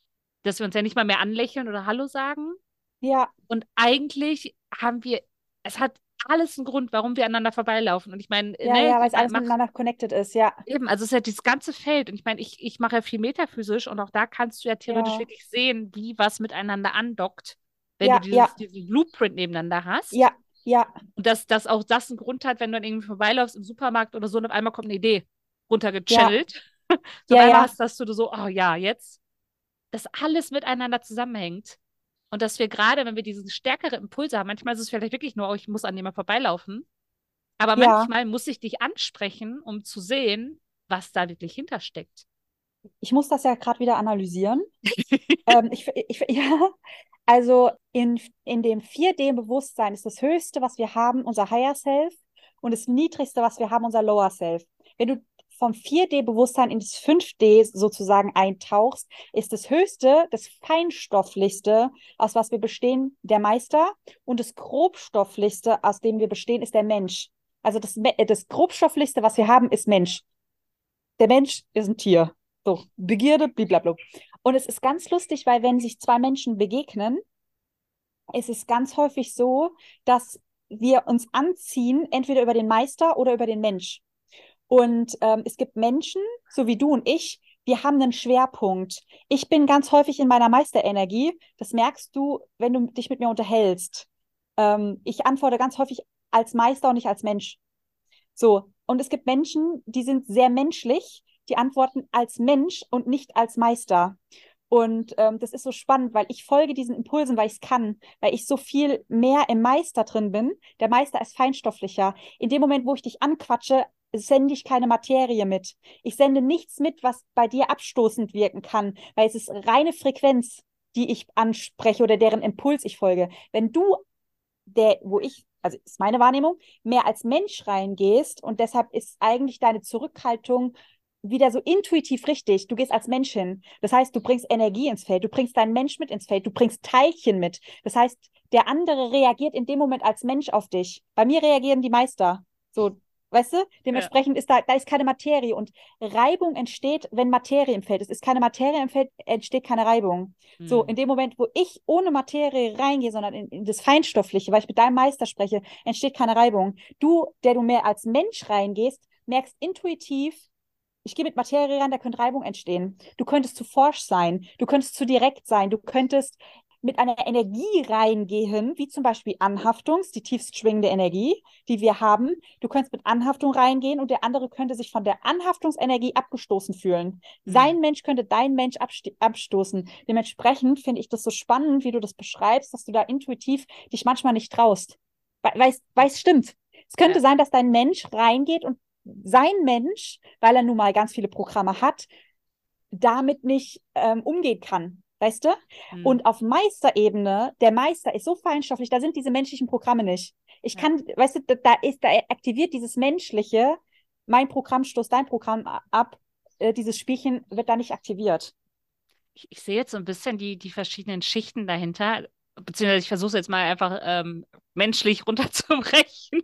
dass wir uns ja nicht mal mehr anlächeln oder Hallo sagen. Ja, Und eigentlich haben wir, es hat alles einen Grund, warum wir aneinander vorbeilaufen. Und ich meine, ja, ne, ja, weil ich es alles mach miteinander connected ist. Ja, eben, also es ist ja dieses ganze Feld. Und ich meine, ich, ich mache ja viel metaphysisch und auch da kannst du ja theoretisch ja, wirklich sehen, wie was miteinander andockt, wenn du ja, dieses, ja, diesen Blueprint nebeneinander hast. ja, ja, Und dass, dass auch das einen Grund hat, wenn du dann irgendwie vorbeilaufst im Supermarkt oder so und auf einmal kommt eine Idee ja, runtergechannelt. So auf ja, einmal ja. hast, hast du so, oh ja, jetzt, dass alles miteinander zusammenhängt. Und dass wir gerade, wenn wir diesen stärkeren Impulse haben, manchmal ist es vielleicht wirklich nur, oh, ich muss an dem mal vorbeilaufen. Aber Ja, manchmal muss ich dich ansprechen, um zu sehen, was da wirklich hintersteckt. ich muss das ja gerade wieder analysieren. Ähm, ich, ich, ja, also in, in dem vier D-Bewusstsein ist das Höchste, was wir haben, unser Higher Self und das Niedrigste, was wir haben, unser Lower Self. Wenn du vom vier D-Bewusstsein in das fünf D sozusagen eintauchst, ist das Höchste, das Feinstofflichste, aus was wir bestehen, der Meister und das Grobstofflichste, aus dem wir bestehen, ist der Mensch. Also das, das Grobstofflichste, was wir haben, ist Mensch. Der Mensch ist ein Tier. So, Begierde, blablabla. Und es ist ganz lustig, weil wenn sich zwei Menschen begegnen, ist es ganz häufig so, dass wir uns anziehen, entweder über den Meister oder über den Mensch. Und ähm, es gibt Menschen, so wie du und ich, wir haben einen Schwerpunkt. Ich bin ganz häufig in meiner Meisterenergie. Das merkst du, wenn du dich mit mir unterhältst. Ähm, ich antworte ganz häufig als Meister und nicht als Mensch. So, und es gibt Menschen, die sind sehr menschlich, die antworten als Mensch und nicht als Meister. Und ähm, das ist so spannend, weil ich folge diesen Impulsen, weil ich es kann, weil ich so viel mehr im Meister drin bin. Der Meister ist feinstofflicher. In dem Moment, wo ich dich anquatsche, sende ich keine Materie mit. Ich sende nichts mit, was bei dir abstoßend wirken kann, weil es ist reine Frequenz, die ich anspreche oder deren Impuls ich folge. Wenn du der, wo ich, also ist meine Wahrnehmung, mehr als Mensch reingehst und deshalb ist eigentlich deine Zurückhaltung wieder so intuitiv richtig. Du gehst als Mensch hin. Das heißt, du bringst Energie ins Feld, du bringst deinen Mensch mit ins Feld, du bringst Teilchen mit. Das heißt, der andere reagiert in dem Moment als Mensch auf dich. Bei mir reagieren die Meister. So, weißt du? Ja. Dementsprechend ist da, da ist keine Materie und Reibung entsteht, wenn Materie im Feld ist. Ist keine Materie im Feld, entsteht keine Reibung. So, Hm. in dem Moment, wo ich ohne Materie reingehe, sondern in, in das Feinstoffliche, weil ich mit deinem Meister spreche, entsteht keine Reibung. Du, der du mehr als Mensch reingehst, merkst intuitiv, ich gehe mit Materie rein, da könnte Reibung entstehen. Du könntest zu forsch sein, du könntest zu direkt sein, du könntest mit einer Energie reingehen, wie zum Beispiel Anhaftung, die tiefst schwingende Energie, die wir haben. Du könntest mit Anhaftung reingehen und der andere könnte sich von der Anhaftungsenergie abgestoßen fühlen. Hm. Sein Mensch könnte dein Mensch abstoßen. Dementsprechend finde ich das so spannend, wie du das beschreibst, dass du da intuitiv dich manchmal nicht traust. Weil es stimmt. Es könnte Ja. sein, dass dein Mensch reingeht und sein Mensch, weil er nun mal ganz viele Programme hat, damit nicht ähm, umgehen kann. Weißt du? Hm. Und auf Meisterebene, der Meister ist so feinstofflich, da sind diese menschlichen Programme nicht. Ich kann, ja. weißt du, da, da ist, da aktiviert dieses Menschliche, mein Programm stoßt dein Programm ab, äh, dieses Spielchen wird da nicht aktiviert. Ich, ich sehe jetzt so ein bisschen die, die verschiedenen Schichten dahinter, beziehungsweise ich versuche es jetzt mal einfach ähm, menschlich runterzubrechen.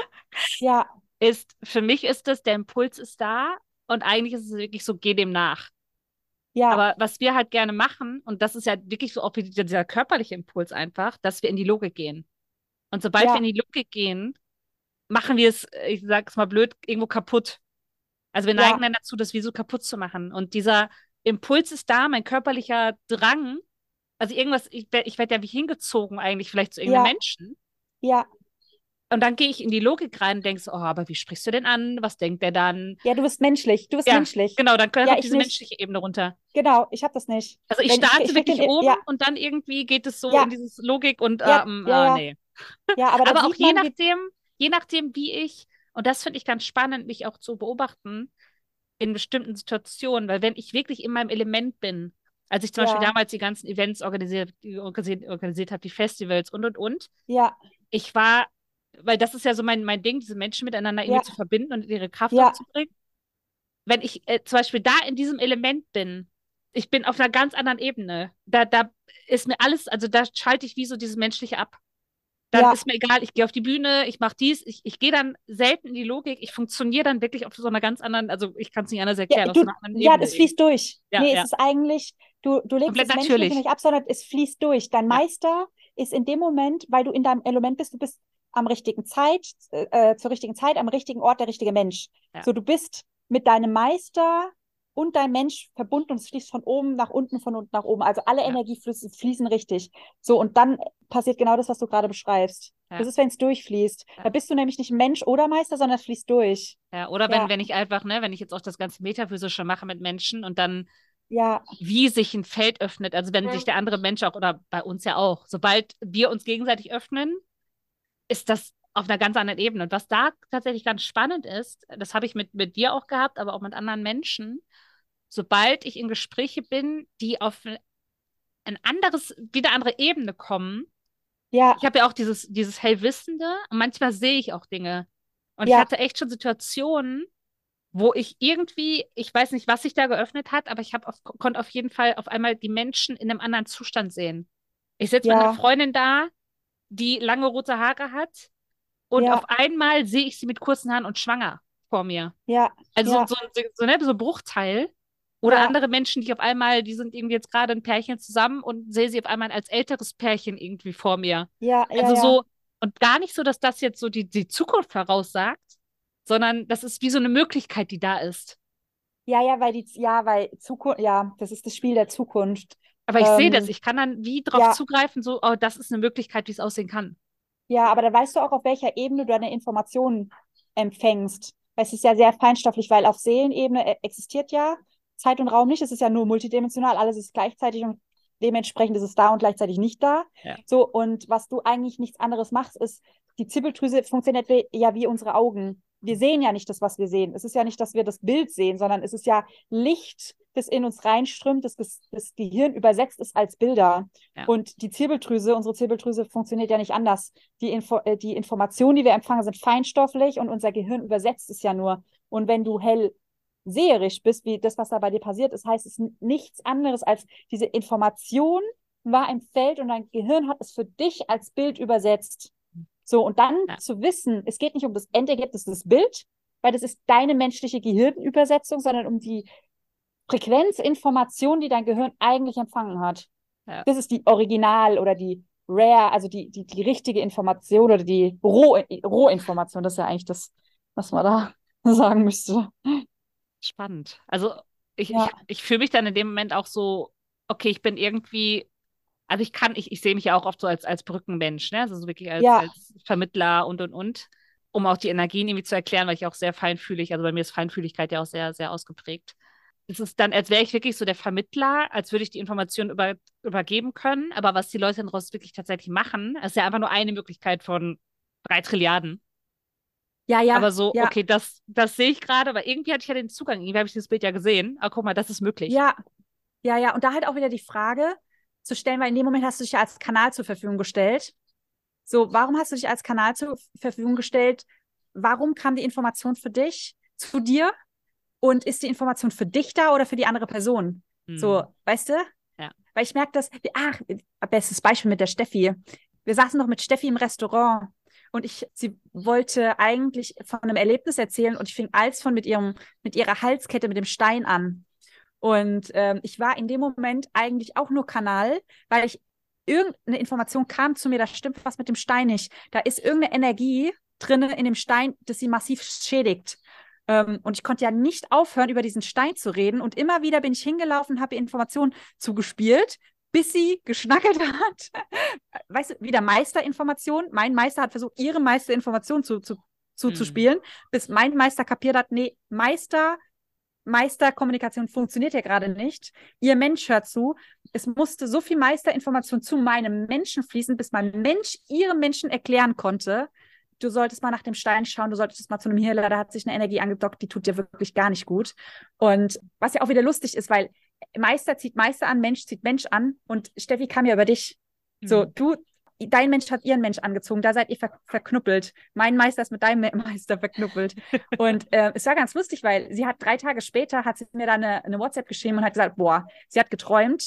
Ja. Ist, für mich ist das, der Impuls ist da und eigentlich ist es wirklich so, geh dem nach. Ja. Aber was wir halt gerne machen, und das ist ja wirklich so auch wieder dieser körperliche Impuls einfach, dass wir in die Logik gehen. Und sobald ja. wir in die Logik gehen, machen wir es, ich sag's mal blöd, irgendwo kaputt. Also wir Ja. neigen dann dazu, das wie so kaputt zu machen. Und dieser Impuls ist da, mein körperlicher Drang, also irgendwas, ich, werd- ich werde ja wie hingezogen eigentlich vielleicht zu irgendeinem Ja. Menschen. Ja. Und dann gehe ich in die Logik rein und denke so, oh, aber wie sprichst du denn an? Was denkt der dann? Ja, du bist menschlich. Du bist Ja, menschlich. genau, dann kommt Ja, ich diese nicht. menschliche Ebene runter. Genau, ich habe das nicht. Also ich Wenn ich, starte ich krieg wirklich den, oben ja, und dann irgendwie geht es so ja, in dieses Logik und ja, ah, mm, ja, ah, ja, nee. ja, aber da Aber auch sieht je man, wie, nachdem, je nachdem, wie ich, und das finde ich ganz spannend, mich auch zu beobachten in bestimmten Situationen, weil wenn ich wirklich in meinem Element bin, als ich zum Beispiel ja, damals die ganzen Events organisiert, organisiert, organisiert habe, die Festivals und und und, ja, ich war, weil das ist ja so mein, mein Ding, diese Menschen miteinander irgendwie ja, zu verbinden und ihre Kraft auch ja, zu bringen. Wenn ich äh, zum Beispiel da in diesem Element bin, ich bin auf einer ganz anderen Ebene. Da, da ist mir alles, also da schalte ich wie so dieses Menschliche ab. Dann Ja, ist mir egal, ich gehe auf die Bühne, ich mache dies, ich, ich gehe dann selten in die Logik, ich funktioniere dann wirklich auf so einer ganz anderen, also ich kann es nicht anders ja, erklären, auf du, so einer anderen ja, Ebene das irgendwie. fließt durch. Ja, Nee, es ja, ist eigentlich, du, du legst komplett das Menschliche natürlich. nicht ab, sondern es fließt durch. Dein Ja, Meister ist in dem Moment, weil du in deinem Element bist, du bist am richtigen Zeit, äh, zur richtigen Zeit, am richtigen Ort, der richtige Mensch. ja, So, du bist mit deinem Meister und deinem Mensch verbunden und es fließt von oben nach unten, von unten nach oben. Also alle ja, Energieflüsse fließen richtig. So, und dann passiert genau das, was du gerade beschreibst. Das ja, ist, wenn es durchfließt. Da ja. bist du nämlich nicht Mensch oder Meister, sondern es fließt durch. Ja, oder wenn, Ja, wenn ich einfach, ne, wenn ich jetzt auch das ganze Metaphysische mache mit Menschen und dann, ja, wie sich ein Feld öffnet, also wenn sich der andere Mensch auch, oder bei uns ja auch, sobald wir uns gegenseitig öffnen, ist das auf einer ganz anderen Ebene. Und was da tatsächlich ganz spannend ist, das habe ich mit, mit dir auch gehabt, aber auch mit anderen Menschen, sobald ich in Gespräche bin, die auf ein anderes, wieder andere Ebene kommen. ja, Ich habe ja auch dieses, dieses Hellwissende und manchmal sehe ich auch Dinge. Und ich ja, hatte echt schon Situationen, wo ich irgendwie, ich weiß nicht, was sich da geöffnet hat, aber ich habe auf, konnte auf jeden Fall auf einmal die Menschen in einem anderen Zustand sehen. Ich sitze mit einer ja, Freundin da, die lange rote Haare hat und ja, auf einmal sehe ich sie mit kurzen Haaren und schwanger vor mir. ja, Also ja, so, so, so, ne, so ein Bruchteil. Oder ja, andere Menschen, die auf einmal, die sind irgendwie jetzt gerade ein Pärchen zusammen und sehe sie auf einmal als älteres Pärchen irgendwie vor mir. ja, ja, Also ja. so, und gar nicht so, dass das jetzt so die, die Zukunft voraussagt, sondern das ist wie so eine Möglichkeit, die da ist. Ja, ja, weil die, ja, weil Zukunft, ja, das ist das Spiel der Zukunft. Aber ich sehe das, Ähm, ich kann dann wie drauf ja, zugreifen, so, oh, das ist eine Möglichkeit, wie es aussehen kann. ja, aber da weißt du auch, auf welcher Ebene du deine Informationen empfängst. Es ist ja sehr feinstofflich, weil auf Seelenebene e- existiert ja Zeit und Raum nicht. Es ist ja nur multidimensional, alles ist gleichzeitig und dementsprechend ist es da und gleichzeitig nicht da. Ja, So, und was du eigentlich nichts anderes machst, ist, die Zirbeldrüse funktioniert wie, ja wie unsere Augen. Wir sehen ja nicht das, was wir sehen. Es ist ja nicht, dass wir das Bild sehen, sondern es ist ja Licht, das in uns reinströmt, das das, das Gehirn übersetzt ist als Bilder. ja, Und die Zirbeldrüse, unsere Zirbeldrüse funktioniert ja nicht anders. Die, Info äh, die Informationen, die wir empfangen, sind feinstofflich und unser Gehirn übersetzt es ja nur. Und wenn du hellseherisch bist, wie das, was da bei dir passiert ist, heißt es nichts anderes als diese Information war im Feld und dein Gehirn hat es für dich als Bild übersetzt. So, und dann ja, zu wissen, es geht nicht um das Endergebnis des Bild, weil das ist deine menschliche Gehirnübersetzung, sondern um die Frequenzinformation, die dein Gehirn eigentlich empfangen hat. ja. Das ist die Original oder die Rare, also die, die, die richtige Information oder die Roh, Rohinformation. Das ist ja eigentlich das, was man da sagen müsste. Spannend. Also ich, ich, Ja, ich fühle mich dann in dem Moment auch so, okay, ich bin irgendwie, also ich kann, ich, ich sehe mich ja auch oft so als, als Brückenmensch, ne? Also so wirklich als, ja, als Vermittler und und und, um auch die Energien irgendwie zu erklären, weil ich auch sehr feinfühlig, also bei mir ist Feinfühligkeit ja auch sehr, sehr ausgeprägt. Es ist dann, als wäre ich wirklich so der Vermittler, als würde ich die Informationen über, übergeben können, aber was die Leute daraus wirklich tatsächlich machen, ist ja einfach nur eine Möglichkeit von drei Trilliarden. ja, ja, Aber so, ja, okay, das, das sehe ich gerade, aber irgendwie hatte ich ja den Zugang, irgendwie habe ich dieses Bild ja gesehen. Aber guck mal, das ist möglich. ja, ja, ja. Und da halt auch wieder die Frage zu stellen, weil in dem Moment hast du dich ja als Kanal zur Verfügung gestellt. So, warum hast du dich als Kanal zur Verfügung gestellt? Warum kam die Information für dich zu dir? Und ist die Information für dich da oder für die andere Person? So, Hm. weißt du? Ja. Weil ich merke das, ach, bestes Beispiel mit der Steffi. Wir saßen noch mit Steffi im Restaurant und ich, sie wollte eigentlich von einem Erlebnis erzählen und ich fing als von mit ihrem, mit ihrer Halskette mit dem Stein an. Und ähm, ich war in dem Moment eigentlich auch nur Kanal, weil ich irgendeine Information kam zu mir, da stimmt was mit dem Stein nicht. Da ist irgendeine Energie drin in dem Stein, das sie massiv schädigt. Ähm, und ich konnte ja nicht aufhören, über diesen Stein zu reden. Und immer wieder bin ich hingelaufen und habe ihr Informationen zugespielt, bis sie geschnackelt hat. Weißt du, wieder Meisterinformation. Mein Meister hat versucht, ihre Meisterinformation zu, zu, Hm. zuzuspielen, bis mein Meister kapiert hat, nee, Meister Meisterkommunikation funktioniert ja gerade nicht. Ihr Mensch hört zu. Es musste so viel Meisterinformation zu meinem Menschen fließen, bis mein Mensch ihrem Menschen erklären konnte, du solltest mal nach dem Stein schauen, du solltest mal zu einem Healer, da hat sich eine Energie angedockt, die tut dir wirklich gar nicht gut. Und was ja auch wieder lustig ist, weil Meister zieht Meister an, Mensch zieht Mensch an und Steffi kam ja über dich. So, Hm. du, dein Mensch hat ihren Mensch angezogen, da seid ihr ver verknuppelt. Mein Meister ist mit deinem Meister verknuppelt. Und äh, es war ganz lustig, weil sie hat drei Tage später, hat sie mir dann eine, eine WhatsApp geschrieben und hat gesagt, boah, sie hat geträumt,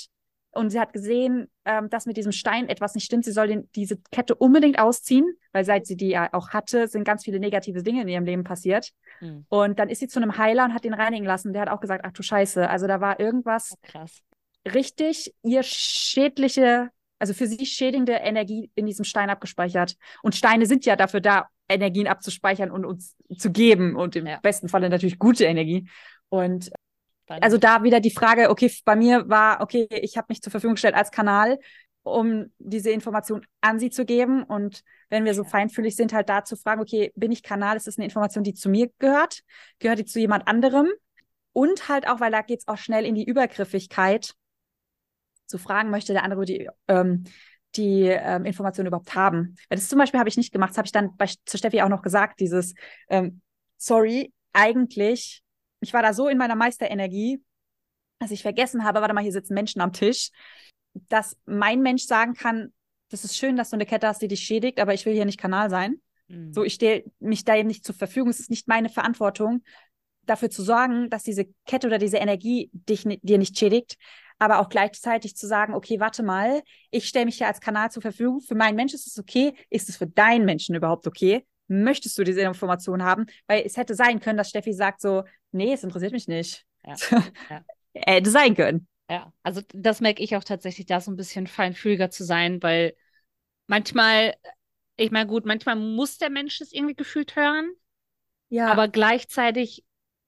Und sie hat gesehen, ähm, dass mit diesem Stein etwas nicht stimmt. Sie soll den, diese Kette unbedingt ausziehen, weil seit sie die ja auch hatte, sind ganz viele negative Dinge in ihrem Leben passiert. Mhm. Und dann ist sie zu einem Heiler und hat den reinigen lassen. Der hat auch gesagt, ach du Scheiße, also da war irgendwas Krass. richtig ihr schädliche, also für sie schädigende Energie in diesem Stein abgespeichert. Und Steine sind ja dafür da, Energien abzuspeichern und uns zu geben. Und im Ja. besten Falle natürlich gute Energie. Und Spannend. also da wieder die Frage, okay, bei mir war, okay, ich habe mich zur Verfügung gestellt als Kanal, um diese Information an sie zu geben. Und wenn wir so feinfühlig sind, halt da zu fragen, okay, bin ich Kanal? Ist das eine Information, die zu mir gehört? Gehört die zu jemand anderem? Und halt auch, weil da geht es auch schnell in die Übergriffigkeit, zu fragen, möchte der andere die, ähm, die ähm, Information überhaupt haben. Weil das zum Beispiel habe ich nicht gemacht. Das habe ich dann bei, zu Steffi auch noch gesagt, dieses, ähm, sorry, eigentlich, ich war da so in meiner Meisterenergie, dass ich vergessen habe, warte mal, hier sitzen Menschen am Tisch, dass mein Mensch sagen kann, das ist schön, dass du eine Kette hast, die dich schädigt, aber ich will hier nicht Kanal sein. Mhm. So, ich stehe mich da eben nicht zur Verfügung. Es ist nicht meine Verantwortung, dafür zu sorgen, dass diese Kette oder diese Energie dich, dir nicht schädigt, aber auch gleichzeitig zu sagen, okay, warte mal, ich stelle mich hier als Kanal zur Verfügung. Für meinen Menschen ist es okay. Ist es für deinen Menschen überhaupt okay? Möchtest du diese Information haben? Weil es hätte sein können, dass Steffi sagt so, nee, es interessiert mich nicht. Ja. Ja. Hätte sein können. Ja, also das merke ich auch tatsächlich, da so ein bisschen feinfühliger zu sein, weil manchmal, ich meine, gut, manchmal muss der Mensch es irgendwie gefühlt hören, Ja, aber gleichzeitig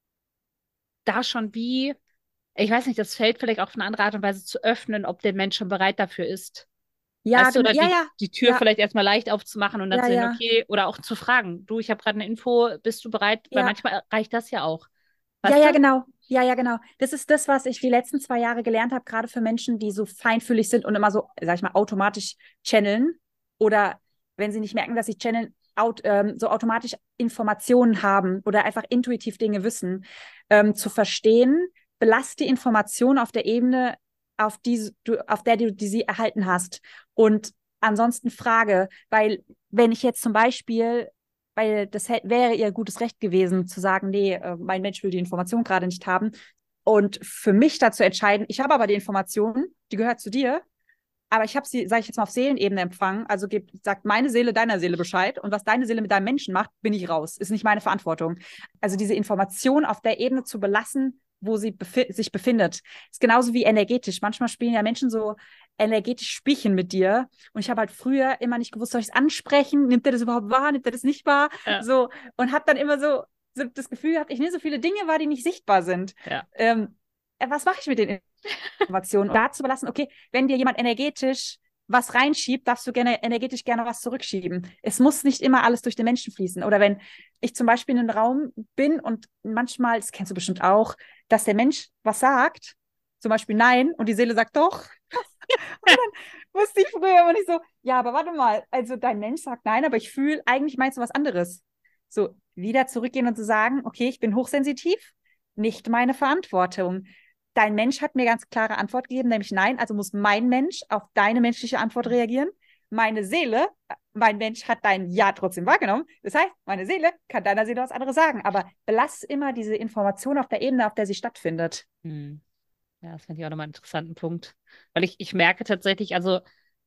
da schon wie, ich weiß nicht, das Feld vielleicht auch auf eine andere Art und Weise zu öffnen, ob der Mensch schon bereit dafür ist. ja, Weißt du, genau. oder Ja, die, ja, die Tür ja, vielleicht erstmal leicht aufzumachen und dann ja, zu sehen, ja, okay, oder auch zu fragen, du, ich habe gerade eine Info, bist du bereit? Weil ja. manchmal reicht das ja auch. Ja, Weißt ja, du? genau. Ja, ja, genau. Das ist das, was ich die letzten zwei Jahre gelernt habe, gerade für Menschen, die so feinfühlig sind und immer so, sag ich mal, automatisch channeln oder wenn sie nicht merken, dass sie channeln, aut, ähm, so automatisch Informationen haben oder einfach intuitiv Dinge wissen, ähm, zu verstehen, belast die Information auf der Ebene, auf, die, du, auf der du die sie erhalten hast. Und ansonsten frage, weil wenn ich jetzt zum Beispiel weil das wäre ihr gutes Recht gewesen, zu sagen, nee, äh, mein Mensch will die Information gerade nicht haben. Und für mich dazu entscheiden, ich habe aber die Information, die gehört zu dir, aber ich habe sie, sage ich jetzt mal, auf Seelenebene empfangen, also gibt, sagt meine Seele deiner Seele Bescheid und was deine Seele mit deinem Menschen macht, bin ich raus, ist nicht meine Verantwortung. Also diese Information auf der Ebene zu belassen, wo sie befi- sich befindet, ist genauso wie energetisch. Manchmal spielen ja Menschen so energetisch Spielchen mit dir und ich habe halt früher immer nicht gewusst, soll ich es ansprechen, nimmt er das überhaupt wahr, nimmt er das nicht wahr, Ja. so und habe dann immer so, so das Gefühl gehabt, ich nehme so viele Dinge wahr, die nicht sichtbar sind. Ja. Ähm, was mache ich mit den Informationen? Da zu belassen, okay, wenn dir jemand energetisch was reinschiebt, darfst du gerne energetisch gerne was zurückschieben. Es muss nicht immer alles durch den Menschen fließen. Oder wenn ich zum Beispiel in einem Raum bin und manchmal, das kennst du bestimmt auch, dass der Mensch was sagt, zum Beispiel nein, und die Seele sagt doch. Und dann wusste ich früher immer nicht so, ja, aber warte mal, also dein Mensch sagt nein, aber ich fühle, eigentlich meinst du was anderes. So, wieder zurückgehen und zu sagen, okay, ich bin hochsensitiv, nicht meine Verantwortung. Dein Mensch hat mir ganz klare Antwort gegeben, nämlich nein, also muss mein Mensch auf deine menschliche Antwort reagieren. Meine Seele, mein Mensch hat dein Ja trotzdem wahrgenommen. Das heißt, meine Seele kann deiner Seele was anderes sagen, aber belass immer diese Information auf der Ebene, auf der sie stattfindet. Hm. Ja, das finde ich auch nochmal einen interessanten Punkt. Weil ich, ich merke tatsächlich, also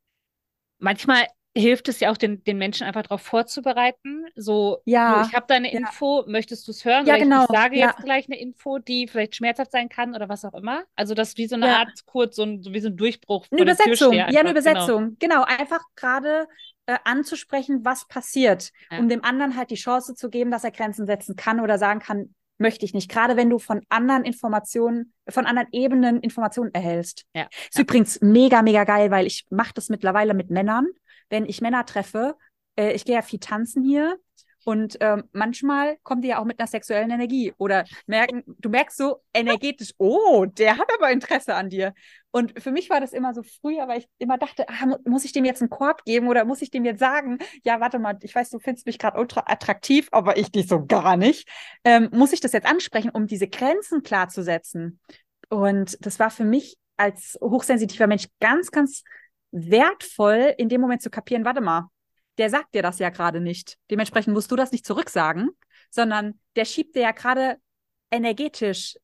manchmal hilft es ja auch, den, den Menschen einfach darauf vorzubereiten. So, du, Ja, ich habe da eine ja. Info, möchtest du es hören? Ja, Oder ich, genau, ich sage ja. jetzt gleich eine Info, die vielleicht schmerzhaft sein kann oder was auch immer. Also das ist wie so eine Ja. Art kurz, so, ein, so wie so ein Durchbruch Eine vor der Übersetzung, Türsteher ja, eine einfach. Genau. Übersetzung. Genau, einfach gerade äh, anzusprechen, was passiert, Ja. um dem anderen halt die Chance zu geben, dass er Grenzen setzen kann oder sagen kann, möchte ich nicht. Gerade wenn du von anderen Informationen, von anderen Ebenen Informationen erhältst. Ja. Ist Ja. übrigens mega, mega geil, weil ich mache das mittlerweile mit Männern, wenn ich Männer treffe. Äh, ich gehe ja viel tanzen hier. Und ähm, manchmal kommt die ja auch mit einer sexuellen Energie oder merken, du merkst so energetisch, oh, der hat aber Interesse an dir. Und für mich war das immer so früher, weil ich immer dachte, ah, mu- muss ich dem jetzt einen Korb geben oder muss ich dem jetzt sagen, ja, warte mal, ich weiß, du findest mich gerade ultra attraktiv, aber ich dich so gar nicht. Ähm, muss ich das jetzt ansprechen, um diese Grenzen klar zu setzen? Und das war für mich als hochsensitiver Mensch ganz, ganz wertvoll, in dem Moment zu kapieren, warte mal, der sagt dir das ja gerade nicht. Dementsprechend musst du das nicht zurücksagen, sondern der schiebt dir ja gerade energetisch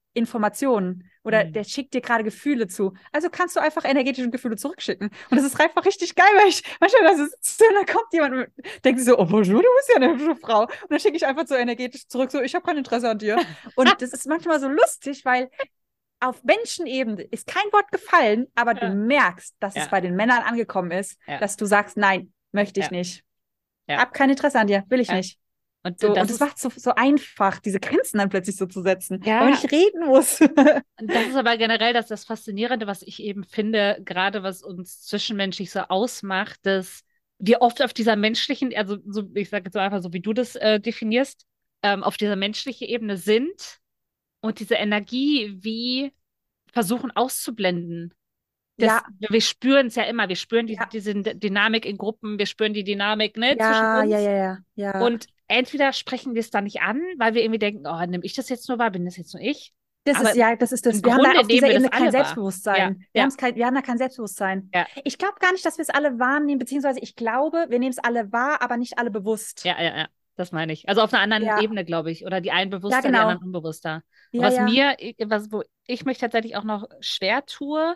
Informationen oder Mhm. der schickt dir gerade Gefühle zu. Also kannst du einfach energetische Gefühle zurückschicken. Und das ist einfach richtig geil, weil ich manchmal da so sitze und dann kommt jemand und denkt sich so, oh bonjour, du bist ja eine hübsche Frau. Und dann schicke ich einfach so energetisch zurück, so, ich habe kein Interesse an dir. Und das ist manchmal so lustig, weil auf Menschenebene ist kein Wort gefallen, aber du Ja. merkst, dass es Ja. bei den Männern angekommen ist, Ja. dass du sagst, nein, möchte ich Ja. nicht. Ja. Hab kein Interesse an dir, will ich Ja. nicht. Und So, das und es ist, macht so, so einfach, diese Grenzen dann plötzlich so zu setzen, weil man ja, nicht reden muss. das ist aber generell das, das Faszinierende, was ich eben finde, gerade was uns zwischenmenschlich so ausmacht, dass wir oft auf dieser menschlichen, also so, ich sage jetzt so einfach so, wie du das äh, definierst, ähm, auf dieser menschlichen Ebene sind und diese Energie wie versuchen auszublenden. Das, Ja, wir spüren es ja immer, wir spüren die, ja, diese Dynamik in Gruppen, wir spüren die Dynamik, ne, zwischen ja, ja, uns. ja, ja, ja. Und entweder sprechen wir es da nicht an, weil wir irgendwie denken, oh, nehme ich das jetzt nur wahr, bin das jetzt nur ich? Das Aber ist, ja, das ist im das. Wir haben da Grunde auf nehmen dieser wir das Ebene kein alle wahr. Ja, Selbstbewusstsein. Wir ja, haben es kein, wir haben da kein Selbstbewusstsein. ja, Ich glaube gar nicht, dass wir es alle wahrnehmen, beziehungsweise ich glaube, wir nehmen es alle wahr, aber nicht alle bewusst. ja, ja, ja. Das meine ich. Also auf einer anderen Ja, Ebene, glaube ich. Oder die einen ja, bewusster, die genau. anderen unbewusster. Und Ja, was ja, mir, was, wo ich mich tatsächlich auch noch schwer tue,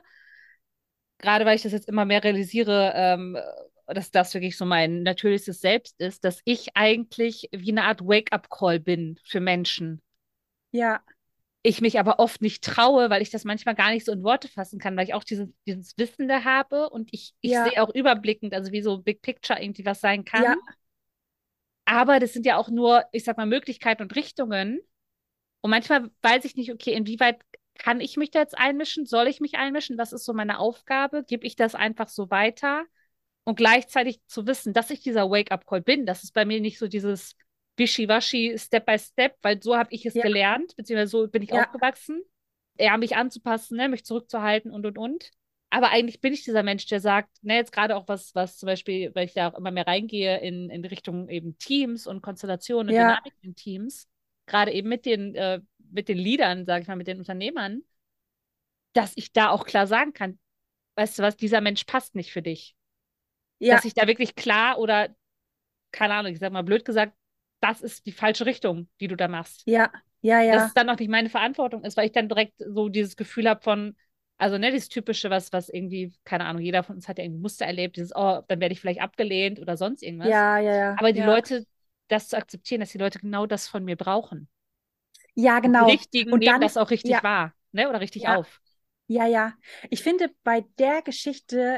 gerade weil ich das jetzt immer mehr realisiere, ähm, dass das wirklich so mein natürlichstes Selbst ist, dass ich eigentlich wie eine Art Wake-up-Call bin für Menschen. ja, Ich mich aber oft nicht traue, weil ich das manchmal gar nicht so in Worte fassen kann, weil ich auch dieses, dieses Wissen da habe und ich, ich ja, sehe auch überblickend, also wie so Big Picture irgendwie was sein kann. ja, Aber das sind ja auch nur, ich sag mal, Möglichkeiten und Richtungen. Und manchmal weiß ich nicht, okay, inwieweit kann ich mich da jetzt einmischen? Soll ich mich einmischen? Was ist so meine Aufgabe? Gebe ich das einfach so weiter? Und gleichzeitig zu wissen, dass ich dieser Wake-up-Call bin, das ist bei mir nicht so dieses Wischiwaschi, Step by Step, weil so habe ich es ja, gelernt, beziehungsweise so bin ich ja, aufgewachsen, eher mich anzupassen, ne, mich zurückzuhalten und und und. Aber eigentlich bin ich dieser Mensch, der sagt, ne, jetzt gerade auch was, was zum Beispiel, weil ich da auch immer mehr reingehe in, in Richtung eben Teams und Konstellationen und ja, Dynamiken in Teams, gerade eben mit den, äh, mit den Leadern, sage ich mal, mit den Unternehmern, dass ich da auch klar sagen kann, weißt du was, dieser Mensch passt nicht für dich. ja, Dass ich da wirklich klar oder, keine Ahnung, ich sag mal blöd gesagt, das ist die falsche Richtung, die du da machst. ja, ja, Dass ja, es dann auch nicht meine Verantwortung ist, weil ich dann direkt so dieses Gefühl habe von, also ne, dieses typische, was, was irgendwie, keine Ahnung, jeder von uns hat ja irgendwie Muster erlebt, dieses, oh, dann werde ich vielleicht abgelehnt oder sonst irgendwas. ja, ja, ja, Aber die ja, Leute, das zu akzeptieren, dass die Leute genau das von mir brauchen. ja, Und die genau. Richtigen Und nehmen dann, das auch richtig ja, wahr, ne, oder richtig ja, auf. ja, ja. Ich finde bei der Geschichte,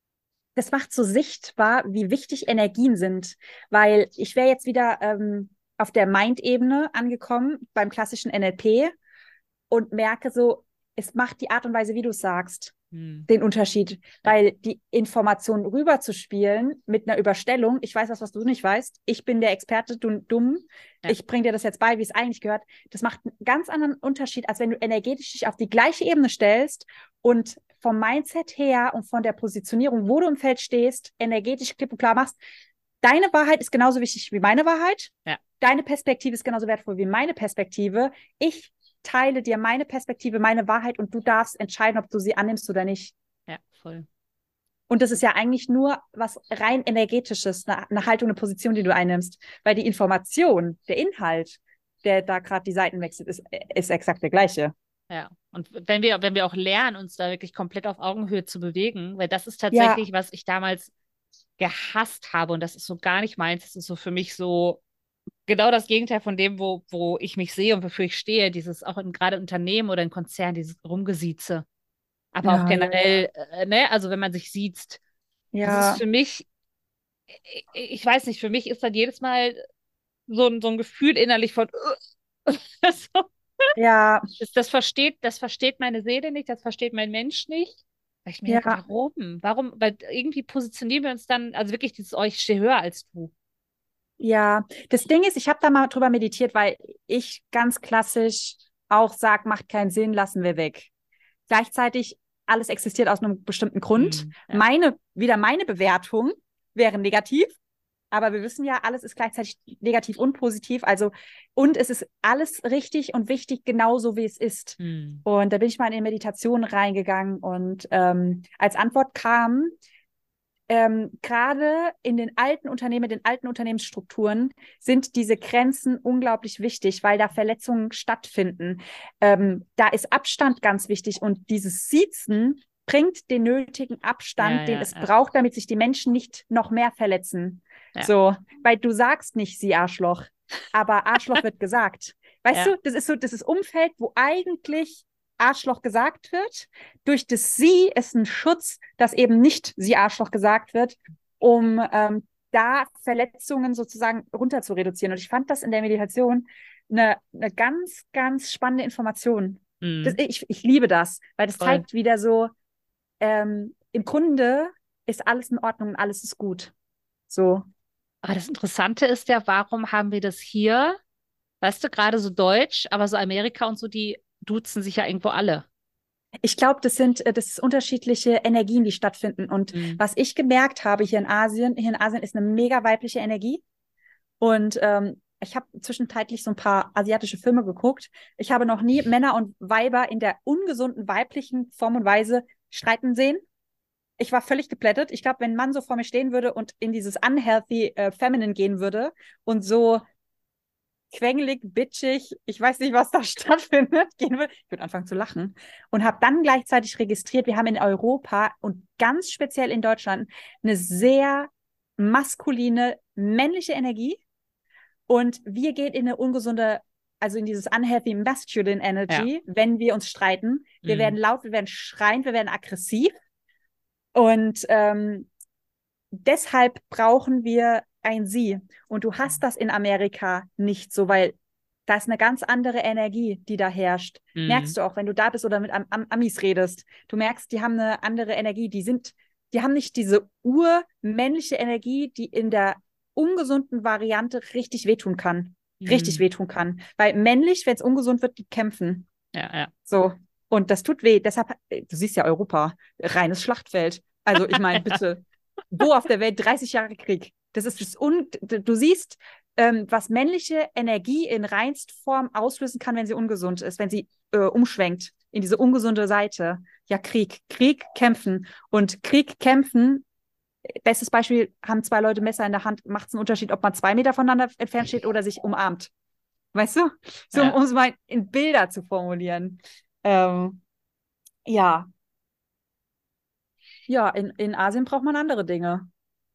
das macht so sichtbar, wie wichtig Energien sind. Weil ich wäre jetzt wieder ähm, auf der Mind-Ebene angekommen beim klassischen N L P und merke so, es macht die Art und Weise, wie du es sagst, Hm. den Unterschied. Ja, Weil die Informationen rüberzuspielen mit einer Überstellung, ich weiß was, was du nicht weißt, ich bin der Experte, du dumm, ja, ich bringe dir das jetzt bei, wie es eigentlich gehört. Das macht einen ganz anderen Unterschied, als wenn du energetisch dich auf die gleiche Ebene stellst und vom Mindset her und von der Positionierung, wo du im Feld stehst, energetisch klipp und klar machst, deine Wahrheit ist genauso wichtig wie meine Wahrheit. ja, Deine Perspektive ist genauso wertvoll wie meine Perspektive. Ich teile dir meine Perspektive, meine Wahrheit und du darfst entscheiden, ob du sie annimmst oder nicht. ja, voll. Und das ist ja eigentlich nur was rein energetisches, eine, eine Haltung, eine Position, die du einnimmst. Weil die Information, der Inhalt, der da gerade die Seiten wechselt, ist, ist exakt der gleiche. Ja, und wenn wir, wenn wir auch lernen, uns da wirklich komplett auf Augenhöhe zu bewegen, weil das ist Ja, tatsächlich, was ich damals gehasst habe und das ist so gar nicht meins, das ist so für mich so genau das Gegenteil von dem, wo, wo ich mich sehe und wofür ich stehe, dieses auch in gerade Unternehmen oder in Konzernen, dieses Rumgesieze, aber auch ja, ja, ja. generell, äh, ne, also wenn man sich sieht, das ist Ja, für mich, ich, ich weiß nicht, für mich ist dann jedes Mal so ein, so ein Gefühl innerlich von, so, ja, Das, das versteht, das versteht meine Seele nicht, das versteht mein Mensch nicht. Weil ich mir denke, ja, warum? Warum? Weil irgendwie positionieren wir uns dann, also wirklich dieses, oh, ich stehe höher als du. ja. Das Ding ist, ich habe da mal drüber meditiert, weil ich ganz klassisch auch sage, macht keinen Sinn, lassen wir weg. Gleichzeitig, alles existiert aus einem bestimmten Grund. Hm, ja, Meine, wieder meine Bewertung wäre negativ. Aber wir wissen ja, alles ist gleichzeitig negativ und positiv. Also, und es ist alles richtig und wichtig, genauso wie es ist. hm, Und da bin ich mal in die Meditation reingegangen und ähm, als Antwort kam, ähm, gerade in den alten Unternehmen, den alten Unternehmensstrukturen sind diese Grenzen unglaublich wichtig, weil da Verletzungen stattfinden. Ähm, da ist Abstand ganz wichtig und dieses Siezen bringt den nötigen Abstand, Ja, den ja, es ja. braucht, damit sich die Menschen nicht noch mehr verletzen. Ja. So, weil du sagst nicht sie Arschloch, aber Arschloch wird gesagt. Weißt Ja. du, das ist so, das ist Umfeld, wo eigentlich Arschloch gesagt wird. Durch das Sie ist ein Schutz, dass eben nicht Sie Arschloch gesagt wird, um ähm, da Verletzungen sozusagen runter zu reduzieren. Und ich fand das in der Meditation eine, eine ganz, ganz spannende Information. Das, Mhm. ich, ich liebe das, weil das Voll. zeigt wieder so, ähm, im Grunde ist alles in Ordnung und alles ist gut. So. Aber das Interessante ist ja, warum haben wir das hier, weißt du, gerade so Deutsch, aber so Amerika und so, die duzen sich ja irgendwo alle. Ich glaube, das sind äh, das ist unterschiedliche Energien, die stattfinden. Und Mhm. was ich gemerkt habe hier in Asien, hier in Asien ist eine mega weibliche Energie. Und ähm, ich habe zwischenzeitlich so ein paar asiatische Filme geguckt. Ich habe noch nie Männer und Weiber in der ungesunden weiblichen Form und Weise streiten sehen. Ich war völlig geplättet. Ich glaube, wenn ein Mann so vor mir stehen würde und in dieses unhealthy äh, Feminine gehen würde und so quengelig, bitchig, ich weiß nicht, was da stattfindet, gehen würde, ich würde anfangen zu lachen und habe dann gleichzeitig registriert, wir haben in Europa und ganz speziell in Deutschland eine sehr maskuline, männliche Energie und wir gehen in eine ungesunde, also in dieses unhealthy masculine energy, wenn wir uns streiten. Wir Mhm. werden laut, wir werden schreiend, wir werden aggressiv und ähm, deshalb brauchen wir ein Sie. Und du hast das in Amerika nicht so, weil da ist eine ganz andere Energie, die da herrscht. Mhm. Merkst du auch, wenn du da bist oder mit Am Am Amis redest. Du merkst, die haben eine andere Energie. Die sind, die haben nicht diese urmännliche Energie, die in der ungesunden Variante richtig wehtun kann. Richtig Mhm. wehtun kann. Weil männlich, wenn es ungesund wird, die kämpfen. Ja, ja. So. Und das tut weh. Deshalb, du siehst ja Europa, reines Schlachtfeld. Also ich meine, bitte, wo auf der Welt dreißig Jahre Krieg? Das ist das Un du siehst, ähm, was männliche Energie in reinst Form auslösen kann, wenn sie ungesund ist, wenn sie äh, umschwenkt in diese ungesunde Seite. Ja, Krieg. Krieg kämpfen. Und Krieg kämpfen, bestes Beispiel, haben zwei Leute Messer in der Hand, macht es einen Unterschied, ob man zwei Meter voneinander entfernt steht oder sich umarmt. Weißt du? So, Ja. um es mal in Bilder zu formulieren. Ähm, ja. Ja, in, in Asien braucht man andere Dinge.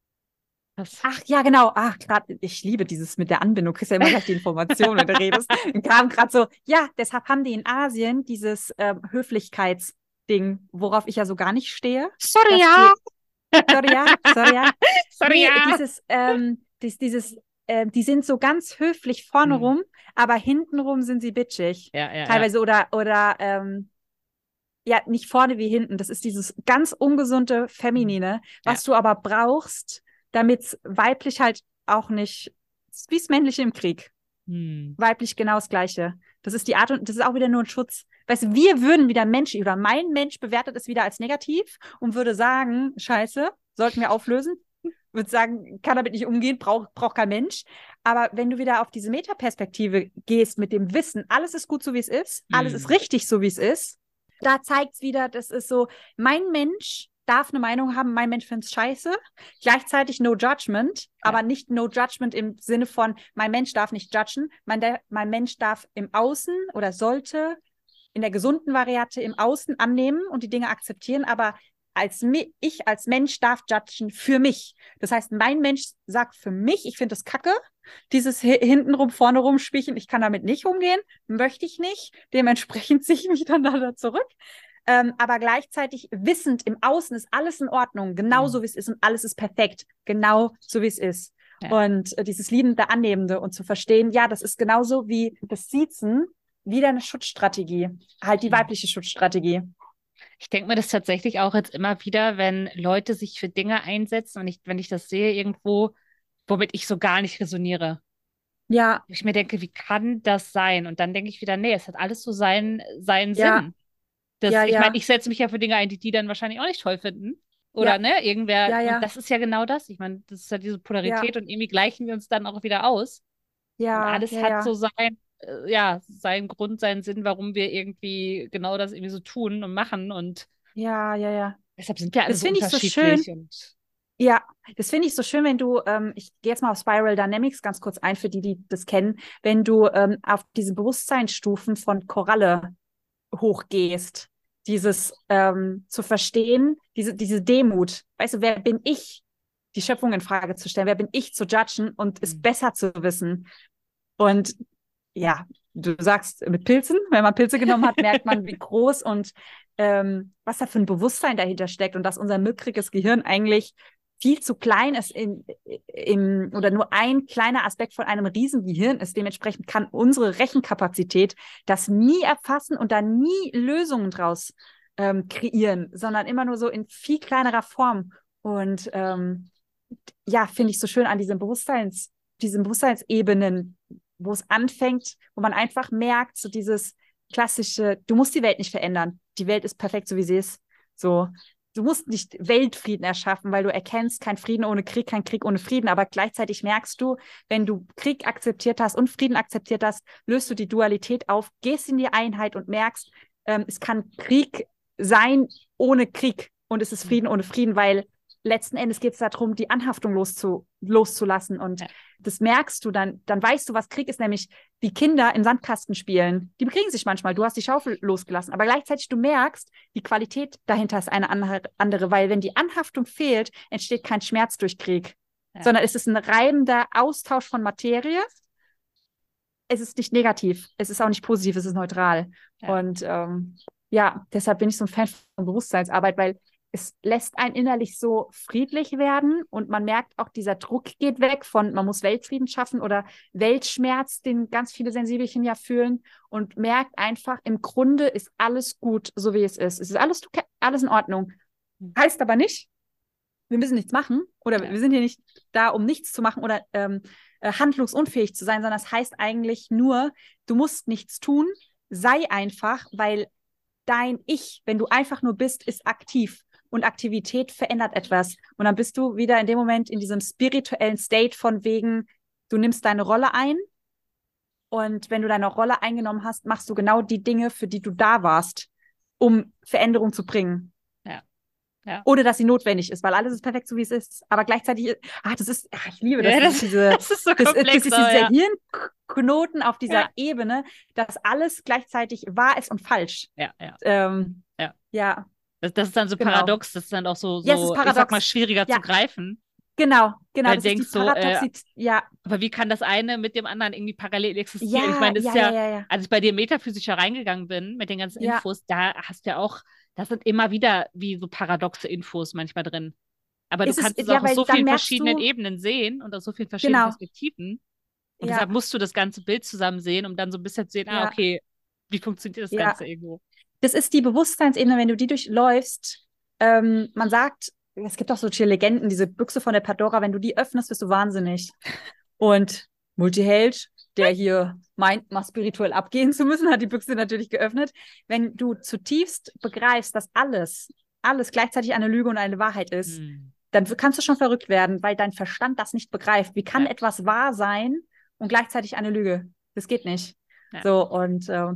Das, Ach ja, genau. Ach, gerade, ich liebe dieses mit der Anbindung. Du kriegst ja immer gleich die Informationen, wenn du redest. Und kam gerade so, ja, deshalb haben die in Asien dieses ähm, Höflichkeitsding, worauf ich ja so gar nicht stehe. sorry, Dass ja. die, sorry, ja, sorry, ja. Sorry, Nee, ja. dieses, ähm, dies, dieses, äh, die sind so ganz höflich vorne Hm. rum, aber hintenrum sind sie bitchig. Ja, ja, ja. Teilweise oder, oder, ähm, ja, nicht vorne wie hinten. Das ist dieses ganz ungesunde Feminine, was du aber brauchst, damit weiblich halt auch nicht, das ist wie das Männliche im Krieg. Hm. Weiblich genau das Gleiche. Das ist die Art und das ist auch wieder nur ein Schutz. Weißt du, wir würden wieder Mensch oder mein Mensch bewertet es wieder als negativ und würde sagen, Scheiße, sollten wir auflösen. Würde sagen, kann damit nicht umgehen, braucht braucht kein Mensch. Aber wenn du wieder auf diese Metaperspektive gehst mit dem Wissen, alles ist gut so, wie es ist, alles Hm. ist richtig so, wie es ist, da zeigt es wieder, das ist so, mein Mensch darf eine Meinung haben, mein Mensch findet es scheiße. Gleichzeitig no judgment, Ja. aber nicht no judgment im Sinne von, mein Mensch darf nicht judgen, mein, der, mein Mensch darf im Außen oder sollte in der gesunden Variante im Außen annehmen und die Dinge akzeptieren, aber als mi- ich als Mensch darf judgen für mich. Das heißt, mein Mensch sagt für mich, ich finde das kacke, dieses hi- hintenrum, vorne rum spielchen, ich kann damit nicht umgehen, möchte ich nicht. Dementsprechend ziehe ich mich dann da zurück. Ähm, aber gleichzeitig wissend, im Außen ist alles in Ordnung, genau Mhm. so wie es ist und alles ist perfekt, genau so wie es ist. Ja. Und äh, dieses liebende, annehmende und zu verstehen, ja, das ist genauso wie das Siezen, wieder eine Schutzstrategie, halt die Mhm. weibliche Schutzstrategie. Ich denke mir das tatsächlich auch jetzt immer wieder, wenn Leute sich für Dinge einsetzen und ich, wenn ich das sehe irgendwo, womit ich so gar nicht resoniere. Ja, Wo ich mir denke, wie kann das sein? Und dann denke ich wieder, nee, es hat alles so seinen, seinen ja, Sinn. Das, ja, ich ja, meine, ich setze mich ja für Dinge ein, die die dann wahrscheinlich auch nicht toll finden. Oder, ja, ne, irgendwer. ja, Und ja, das ist ja genau das. Ich meine, das ist ja diese ja, Polarität und irgendwie gleichen wir uns dann auch wieder aus. Und ja, alles ja, hat ja, so sein, äh, ja, seinen Grund, seinen Sinn, warum wir irgendwie genau das irgendwie so tun und machen. Und ja, ja, ja. deshalb sind wir alle Das so finde ich so schön. unterschiedlich. Und Ja, das finde ich so schön, wenn du, ähm, ich gehe jetzt mal auf Spiral Dynamics ganz kurz ein, für die, die das kennen, wenn du ähm, auf diese Bewusstseinsstufen von Koralle hochgehst, dieses ähm, zu verstehen, diese, diese Demut. Weißt du, wer bin ich, die Schöpfung in Frage zu stellen? Wer bin ich zu judgen und es Mhm. besser zu wissen? Und ja, du sagst mit Pilzen, wenn man Pilze genommen hat, merkt man, wie groß und ähm, was da für ein Bewusstsein dahinter steckt und dass unser mickriges Gehirn eigentlich viel zu klein ist in, im, oder nur ein kleiner Aspekt von einem riesen Gehirn ist. Dementsprechend kann unsere Rechenkapazität das nie erfassen und da nie Lösungen draus ähm, kreieren, sondern immer nur so in viel kleinerer Form. Und ähm, ja, finde ich so schön an diesen Bewusstseins, diesen Bewusstseinsebenen, wo es anfängt, wo man einfach merkt, so dieses klassische, du musst die Welt nicht verändern. Die Welt ist perfekt, so wie sie ist. So, du musst nicht Weltfrieden erschaffen, weil du erkennst, kein Frieden ohne Krieg, kein Krieg ohne Frieden. Aber gleichzeitig merkst du, wenn du Krieg akzeptiert hast und Frieden akzeptiert hast, löst du die Dualität auf, gehst in die Einheit und merkst, ähm, es kann Krieg sein ohne Krieg und es ist Frieden ohne Frieden, weil letzten Endes geht es darum, die Anhaftung loszu, loszulassen. Und Ja. das merkst du dann, dann weißt du, was Krieg ist, nämlich wie Kinder im Sandkasten spielen. Die bekriegen sich manchmal, du hast die Schaufel losgelassen, aber gleichzeitig du merkst, die Qualität dahinter ist eine andere, weil wenn die Anhaftung fehlt, entsteht kein Schmerz durch Krieg, Ja. sondern es ist ein reibender Austausch von Materie. Es ist nicht negativ, es ist auch nicht positiv, es ist neutral. Ja. Und ähm, ja, deshalb bin ich so ein Fan von Bewusstseinsarbeit, weil es lässt einen innerlich so friedlich werden und man merkt auch, dieser Druck geht weg von, man muss Weltfrieden schaffen oder Weltschmerz, den ganz viele Sensibelchen ja fühlen und merkt einfach, im Grunde ist alles gut, so wie es ist. Es ist alles, alles in Ordnung. Heißt aber nicht, wir müssen nichts machen oder Ja. wir sind hier nicht da, um nichts zu machen oder ähm, äh, handlungsunfähig zu sein, sondern es heißt eigentlich nur, du musst nichts tun, sei einfach, weil dein Ich, wenn du einfach nur bist, ist aktiv. Und Aktivität verändert etwas. Und dann bist du wieder in dem Moment in diesem spirituellen State von wegen, du nimmst deine Rolle ein. Und wenn du deine Rolle eingenommen hast, machst du genau die Dinge, für die du da warst, um Veränderung zu bringen. Ja. Ja. Ohne dass sie notwendig ist, weil alles ist perfekt, so wie es ist. Aber gleichzeitig, ach, das ist, ach, ich liebe das. Ja, das, das, ist diese, das ist so das, ist- komplex, das ist aber dieser ja. Hirnknoten auf dieser Ja. Ebene, dass alles gleichzeitig wahr ist und falsch. Ja, ja. Ähm, Ja. ja. Das, das ist dann so Genau. paradox, das ist dann auch so, Ja, es ist so ich sag paradox. mal, schwieriger Ja. zu greifen. Genau, genau. Weil Das du ist die denkst so, äh, Paradoxität. Ja, aber wie kann das eine mit dem anderen irgendwie parallel existieren? Ich ja, meine, das ist ja, ja, ja, ja, ja. als ich bei dir metaphysischer reingegangen bin mit den ganzen Ja. Infos, da hast du ja auch, das sind immer wieder wie so paradoxe Infos manchmal drin. Aber du Ist es, kannst es ja, auch aus weil so dann vielen merkst verschiedenen du, Ebenen sehen und aus so vielen verschiedenen genau, Perspektiven. Und ja, deshalb musst du das ganze Bild zusammen sehen, um dann so ein bisschen zu sehen, ah, ja, okay, wie funktioniert das ja. Ganze irgendwo? Das ist die Bewusstseinsebene, wenn du die durchläufst. Ähm, man sagt, es gibt auch solche Legenden, diese Büchse von der Pandora, wenn du die öffnest, bist du wahnsinnig. Und Multiheld, der hier meint, mal spirituell abgehen zu müssen, hat die Büchse natürlich geöffnet. Wenn du zutiefst begreifst, dass alles, alles gleichzeitig eine Lüge und eine Wahrheit ist, Hm. dann kannst du schon verrückt werden, weil dein Verstand das nicht begreift. Wie kann Ja. etwas wahr sein und gleichzeitig eine Lüge? Das geht nicht. Ja. So, und äh,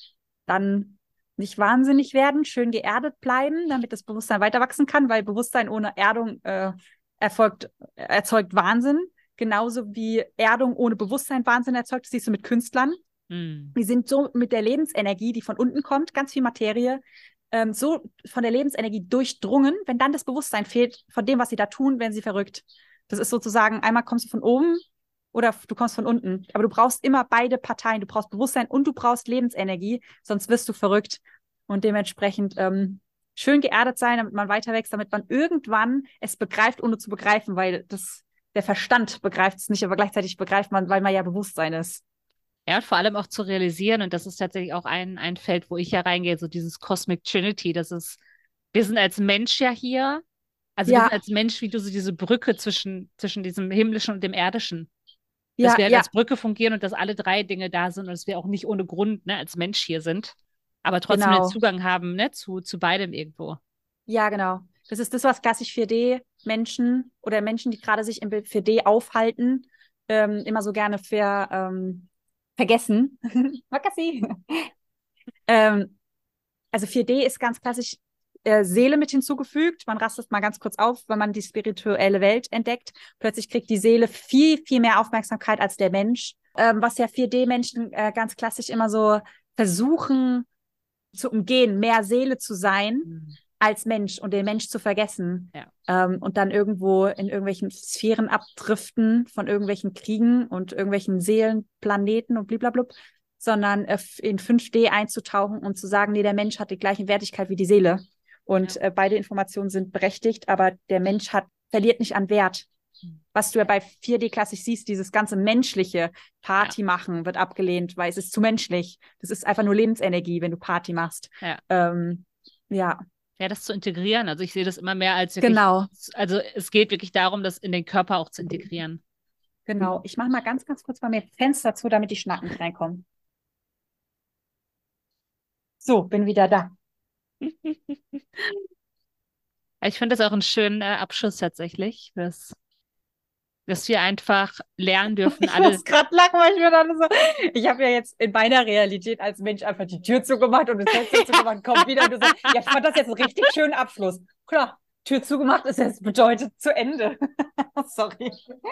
dann nicht wahnsinnig werden, schön geerdet bleiben, damit das Bewusstsein weiter wachsen kann, weil Bewusstsein ohne Erdung äh, erfolgt, erzeugt Wahnsinn. Genauso wie Erdung ohne Bewusstsein Wahnsinn erzeugt. Das siehst du mit Künstlern. Hm. Die sind so mit der Lebensenergie, die von unten kommt, ganz viel Materie, ähm, so von der Lebensenergie durchdrungen. Wenn dann das Bewusstsein fehlt von dem, was sie da tun, werden sie verrückt. Das ist sozusagen, einmal kommst du von oben oder du kommst von unten. Aber du brauchst immer beide Parteien. Du brauchst Bewusstsein und du brauchst Lebensenergie, sonst wirst du verrückt. Und dementsprechend ähm, schön geerdet sein, damit man weiter wächst, damit man irgendwann es begreift, ohne zu begreifen, weil das, der Verstand begreift es nicht, aber gleichzeitig begreift man, weil man ja Bewusstsein ist. Ja, und vor allem auch zu realisieren, und das ist tatsächlich auch ein, ein Feld, wo ich ja reingehe, so dieses Cosmic Trinity, das ist, wir sind als Mensch ja hier, also wir Ja, sind als Mensch wie du so diese Brücke zwischen, zwischen diesem Himmlischen und dem Irdischen, dass ja, wir halt ja. als Brücke fungieren und dass alle drei Dinge da sind und dass wir auch nicht ohne Grund, ne, als Mensch hier sind, aber trotzdem den Genau. Zugang haben, ne, zu, zu beidem irgendwo. Ja, genau. Das ist das, was klassisch vier D-Menschen oder Menschen, die gerade sich im Bild vier D aufhalten, ähm, immer so gerne ver, ähm, vergessen. Makassi. ähm, also vier D ist ganz klassisch äh, Seele mit hinzugefügt. Man rastet mal ganz kurz auf, wenn man die spirituelle Welt entdeckt. Plötzlich kriegt die Seele viel, viel mehr Aufmerksamkeit als der Mensch. Ähm, was ja vier D-Menschen äh, ganz klassisch immer so versuchen zu umgehen, mehr Seele zu sein Mhm. als Mensch und den Mensch zu vergessen. Ja. Ähm, und dann irgendwo in irgendwelchen Sphären abdriften von irgendwelchen Kriegen und irgendwelchen Seelenplaneten und bliblablub, sondern äh, in fünf D einzutauchen und zu sagen, nee, der Mensch hat die gleiche Wertigkeit wie die Seele. Und Ja. äh, beide Informationen sind berechtigt, aber der Mensch hat, verliert nicht an Wert. Was du ja bei vier D klassisch siehst, dieses ganze menschliche Party machen wird abgelehnt, weil es ist zu menschlich. Das ist einfach nur Lebensenergie, wenn du Party machst. Ja. Ähm, ja. Ja, das zu integrieren. Also ich sehe das immer mehr als wirklich, Genau, also es geht wirklich darum, das in den Körper auch zu integrieren. genau. Ich mache mal ganz, ganz kurz bei mir Fenster zu, damit die Schnacken nicht reinkommen. So, bin wieder da. Ich finde das auch einen schönen äh, Abschluss tatsächlich, dass, dass wir einfach lernen dürfen, Ich alle. muss gerade lachen, weil ich mir dann so, ich habe ja jetzt in meiner Realität als Mensch einfach die Tür zugemacht und das Fenster zugemacht, kommt wieder und du sagst, ja, ich fand das jetzt einen richtig schönen Abschluss. Klar, Tür zugemacht ist jetzt bedeutet zu Ende. Sorry.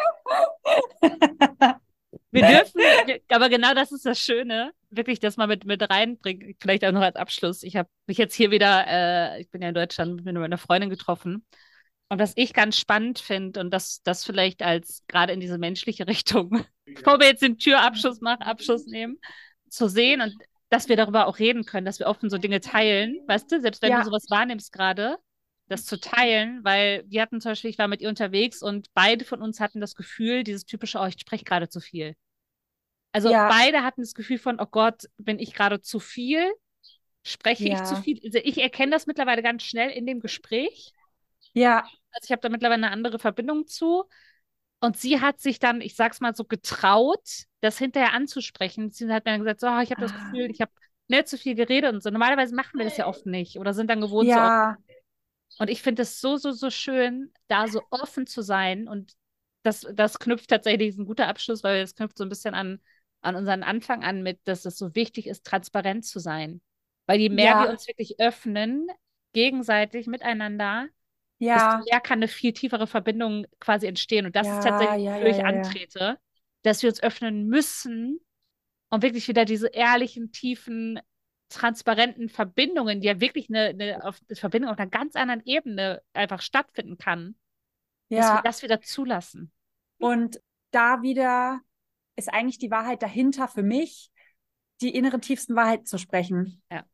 Wir dürfen, wir, aber genau das ist das Schöne, wirklich das mal mit, mit reinbringen, vielleicht auch noch als Abschluss. Ich habe mich jetzt hier wieder, äh, ich bin ja in Deutschland, bin mit meiner Freundin getroffen. Und was ich ganz spannend finde, und das, das vielleicht als gerade in diese menschliche Richtung, bevor wir jetzt den Türabschluss machen, Abschluss nehmen, zu sehen und dass wir darüber auch reden können, dass wir offen so Dinge teilen, weißt du, selbst wenn Ja. du sowas wahrnimmst gerade, das zu teilen, weil wir hatten zum Beispiel, ich war mit ihr unterwegs und beide von uns hatten das Gefühl, dieses typische, oh, ich spreche gerade zu viel. Also Ja. beide hatten das Gefühl von, oh Gott, bin ich gerade zu viel? Spreche Ja. ich zu viel? Also ich erkenne das mittlerweile ganz schnell in dem Gespräch. Ja. Also ich habe da mittlerweile eine andere Verbindung zu. Und sie hat sich dann, ich sag's mal so, getraut, das hinterher anzusprechen. Sie hat mir dann gesagt, so, oh, ich habe das Ah. Gefühl, ich habe nicht zu viel geredet und so. Normalerweise machen wir das ja oft nicht oder sind dann gewohnt, so offen. Ja. Und ich finde es so, so, so schön, da so offen zu sein. Und das, das knüpft tatsächlich, ist ein guter Abschluss, weil das knüpft so ein bisschen an, an unseren Anfang an mit, dass es so wichtig ist, transparent zu sein. Weil je mehr Ja. wir uns wirklich öffnen, gegenseitig miteinander, desto Ja. mehr kann eine viel tiefere Verbindung quasi entstehen. Und das ist Ja, tatsächlich, ja, wofür ja, ich ja, ja. antrete, dass wir uns öffnen müssen, um wirklich wieder diese ehrlichen, tiefen, transparenten Verbindungen, die ja wirklich eine, eine, auf, eine Verbindung auf einer ganz anderen Ebene einfach stattfinden kann, dass wir Ja. das wieder zulassen. Und da wieder ist eigentlich die Wahrheit dahinter für mich, die inneren tiefsten Wahrheiten zu sprechen. Ja.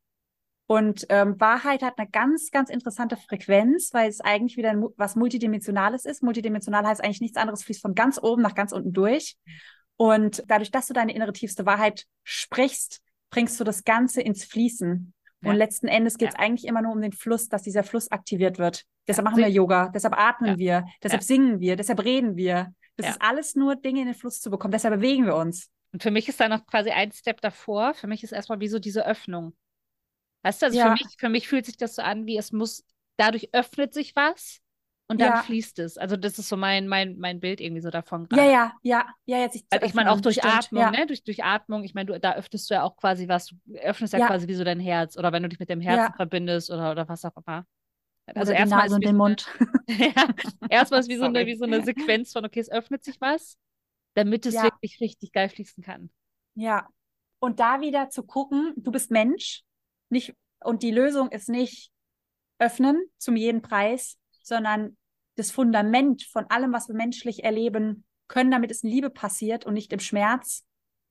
Und ähm, Wahrheit hat eine ganz, ganz interessante Frequenz, weil es eigentlich wieder ein, was Multidimensionales ist. Multidimensional heißt eigentlich nichts anderes, fließt von ganz oben nach ganz unten durch. Und dadurch, dass du deine innere tiefste Wahrheit sprichst, bringst du das Ganze ins Fließen. Ja. Und letzten Endes geht es Ja. eigentlich immer nur um den Fluss, dass dieser Fluss aktiviert wird. Deshalb Ja. machen wir Yoga, deshalb atmen Ja. wir, deshalb Ja. singen wir, deshalb reden wir. Das Ja. ist alles nur Dinge in den Fluss zu bekommen. Deshalb bewegen wir uns. Und für mich ist da noch quasi ein Step davor. Für mich ist erstmal wie so diese Öffnung. Weißt du, also Ja. für mich, für mich fühlt sich das so an, wie es muss, dadurch öffnet sich was und dann Ja. fließt es. Also das ist so mein, mein, mein Bild irgendwie so davon Ja, gerade. ja, ja, ja, jetzt sich zu Also ich meine auch öffnen. durch Stimmt. Atmung, Ja. ne? Durch, durch Atmung, ich meine, du, da öffnest du ja auch quasi was, du öffnest ja, Ja. quasi wie so dein Herz oder wenn du dich mit dem Herzen Ja. verbindest oder, oder was auch immer. Also Oder die erstmal Nase ist und wie den so eine, Mund. ja, erstmal ist wie so eine, Sorry. wie so eine Sequenz von, okay, es öffnet sich was, damit es Ja. wirklich richtig geil fließen kann. Ja. Und da wieder zu gucken, du bist Mensch, nicht, und die Lösung ist nicht öffnen zum jeden Preis, sondern das Fundament von allem, was wir menschlich erleben können, damit es in Liebe passiert und nicht im Schmerz,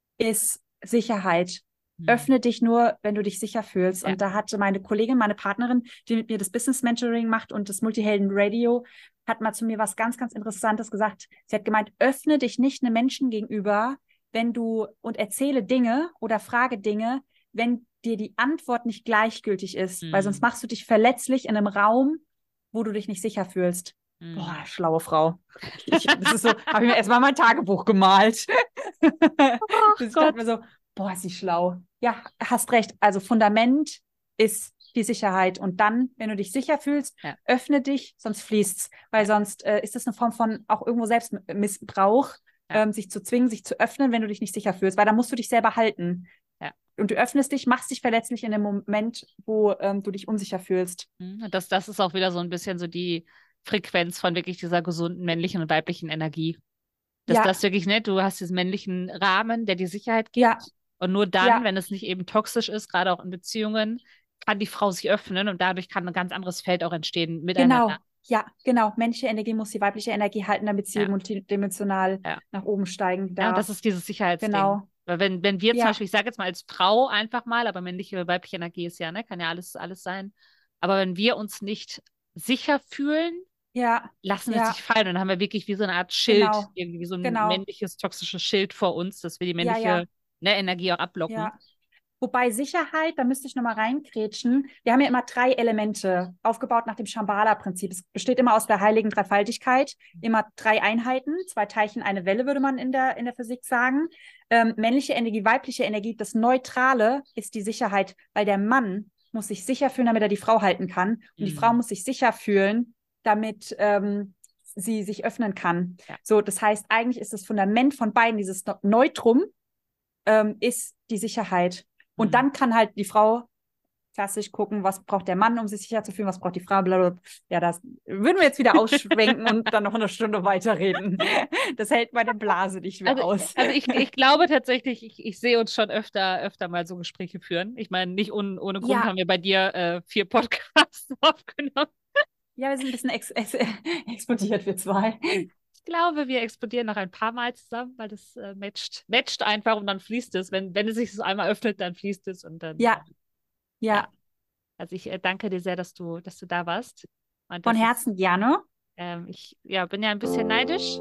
ist Sicherheit. Hm. Öffne dich nur, wenn du dich sicher fühlst. Ja. Und da hatte meine Kollegin, meine Partnerin, die mit mir das Business Mentoring macht und das Multihelden Radio, hat mal zu mir was ganz, ganz Interessantes gesagt. Sie hat gemeint, öffne dich nicht einem Menschen gegenüber, wenn du und erzähle Dinge oder frage Dinge, wenn dir die Antwort nicht gleichgültig ist, Hm. weil sonst machst du dich verletzlich in einem Raum, wo du dich nicht sicher fühlst. Hm. Boah, schlaue Frau. Ich, das ist so, habe ich mir erstmal mein Tagebuch gemalt. Ach ich Gott. dachte mir so, boah, ist sie schlau. Ja, hast recht. Also Fundament ist die Sicherheit. Und dann, wenn du dich sicher fühlst, Ja. öffne dich, sonst fließt's. Weil sonst äh, ist das eine Form von auch irgendwo Selbstmissbrauch, Ja. ähm, sich zu zwingen, sich zu öffnen, wenn du dich nicht sicher fühlst. Weil dann musst du dich selber halten. Ja. und du öffnest dich, machst dich verletzlich in dem Moment, wo ähm, du dich unsicher fühlst. Das, das ist auch wieder so ein bisschen so die Frequenz von wirklich dieser gesunden männlichen und weiblichen Energie. Dass Ja. das wirklich, ne, du hast diesen männlichen Rahmen, der dir Sicherheit gibt. Ja. Und nur dann, Ja. wenn es nicht eben toxisch ist, gerade auch in Beziehungen, kann die Frau sich öffnen und dadurch kann ein ganz anderes Feld auch entstehen miteinander. Genau, ja, genau. Männliche Energie muss die weibliche Energie halten, damit sie Ja. multidimensional Ja. nach oben steigen darf. Ja, und das ist dieses Sicherheitsding. Genau. Weil wenn, wenn wir zum Ja. Beispiel, ich sage jetzt mal als Frau einfach mal, aber männliche, weibliche Energie ist ja, ne, kann ja alles, alles sein. Aber wenn wir uns nicht sicher fühlen, Ja, lassen wir Ja. es nicht fallen. Und dann haben wir wirklich wie so eine Art Schild, Genau. irgendwie wie so ein Genau. männliches, toxisches Schild vor uns, dass wir die Ja, männliche ja. Ne, Energie auch abblocken. ja. Wobei Sicherheit, da müsste ich nochmal reinkrätschen. Wir haben ja immer drei Elemente, aufgebaut nach dem Shambhala-Prinzip. Es besteht immer aus der heiligen Dreifaltigkeit, immer drei Einheiten, zwei Teilchen, eine Welle, würde man in der, in der Physik sagen. Ähm, männliche Energie, weibliche Energie, das Neutrale ist die Sicherheit, weil der Mann muss sich sicher fühlen, damit er die Frau halten kann. Und die Mhm. Frau muss sich sicher fühlen, damit ähm, sie sich öffnen kann. Ja. So, das heißt, eigentlich ist das Fundament von beiden, dieses Neutrum, ähm, ist die Sicherheit. Und Mhm. dann kann halt die Frau klassisch gucken, was braucht der Mann, um sich sicher zu fühlen, was braucht die Frau, blablabla. Ja, das würden wir jetzt wieder ausschwenken und dann noch eine Stunde weiterreden. Das hält meine Blase nicht mehr Also, aus. also ich, ich glaube tatsächlich, ich, ich sehe uns schon öfter, öfter mal so Gespräche führen. Ich meine, nicht un, ohne Grund Ja. haben wir bei dir äh, vier Podcasts aufgenommen. Ja, wir sind ein bisschen ex ex explodiert, wir zwei. Ich glaube, wir explodieren noch ein paar Mal zusammen, weil das äh, matcht, matcht einfach und dann fließt es. Wenn, wenn es sich so einmal öffnet, dann fließt es und dann. Ja. Ja, Also ich äh, danke dir sehr, dass du, dass du da warst. Und von das Herzen gerne. Ist, ähm, ich ja, bin ja ein bisschen neidisch.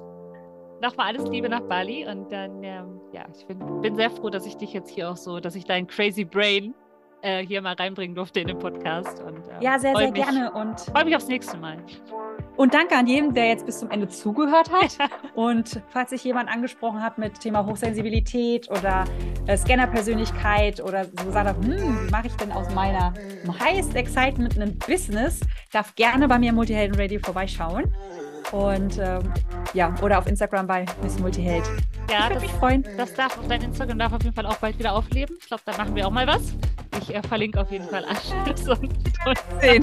Nochmal alles Liebe nach Bali und dann, ähm, ja, ich bin, bin sehr froh, dass ich dich jetzt hier auch so, dass ich dein Crazy Brain äh, hier mal reinbringen durfte in den Podcast. Und, ähm, Ja, sehr, freu sehr mich, gerne. Und, freue mich aufs nächste Mal. und danke an jeden, der jetzt bis zum Ende zugehört hat. Und falls sich jemand angesprochen hat mit Thema Hochsensibilität oder äh, Scanner-Persönlichkeit oder so gesagt hat, hm, wie mache ich denn aus meiner Highest Excitement ein Business, darf gerne bei mir im Multihelden Radio vorbeischauen. Und ähm, ja, oder auf Instagram bei Miss Multiheld. Ja, Ich würde das, mich freuen. das darf auf dein Instagram darf auf jeden Fall auch bald wieder aufleben. Ich glaube, da machen wir auch mal was. Ich äh, verlinke auf jeden Fall alles. Und, und Sehen.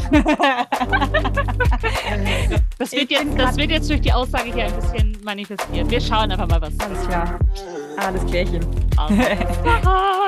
das, wird Ich jetzt, bin das grad- wird jetzt durch die Aussage hier ein bisschen manifestiert. Wir schauen einfach mal, was Alles klar. Alles klärchen. Alles klar.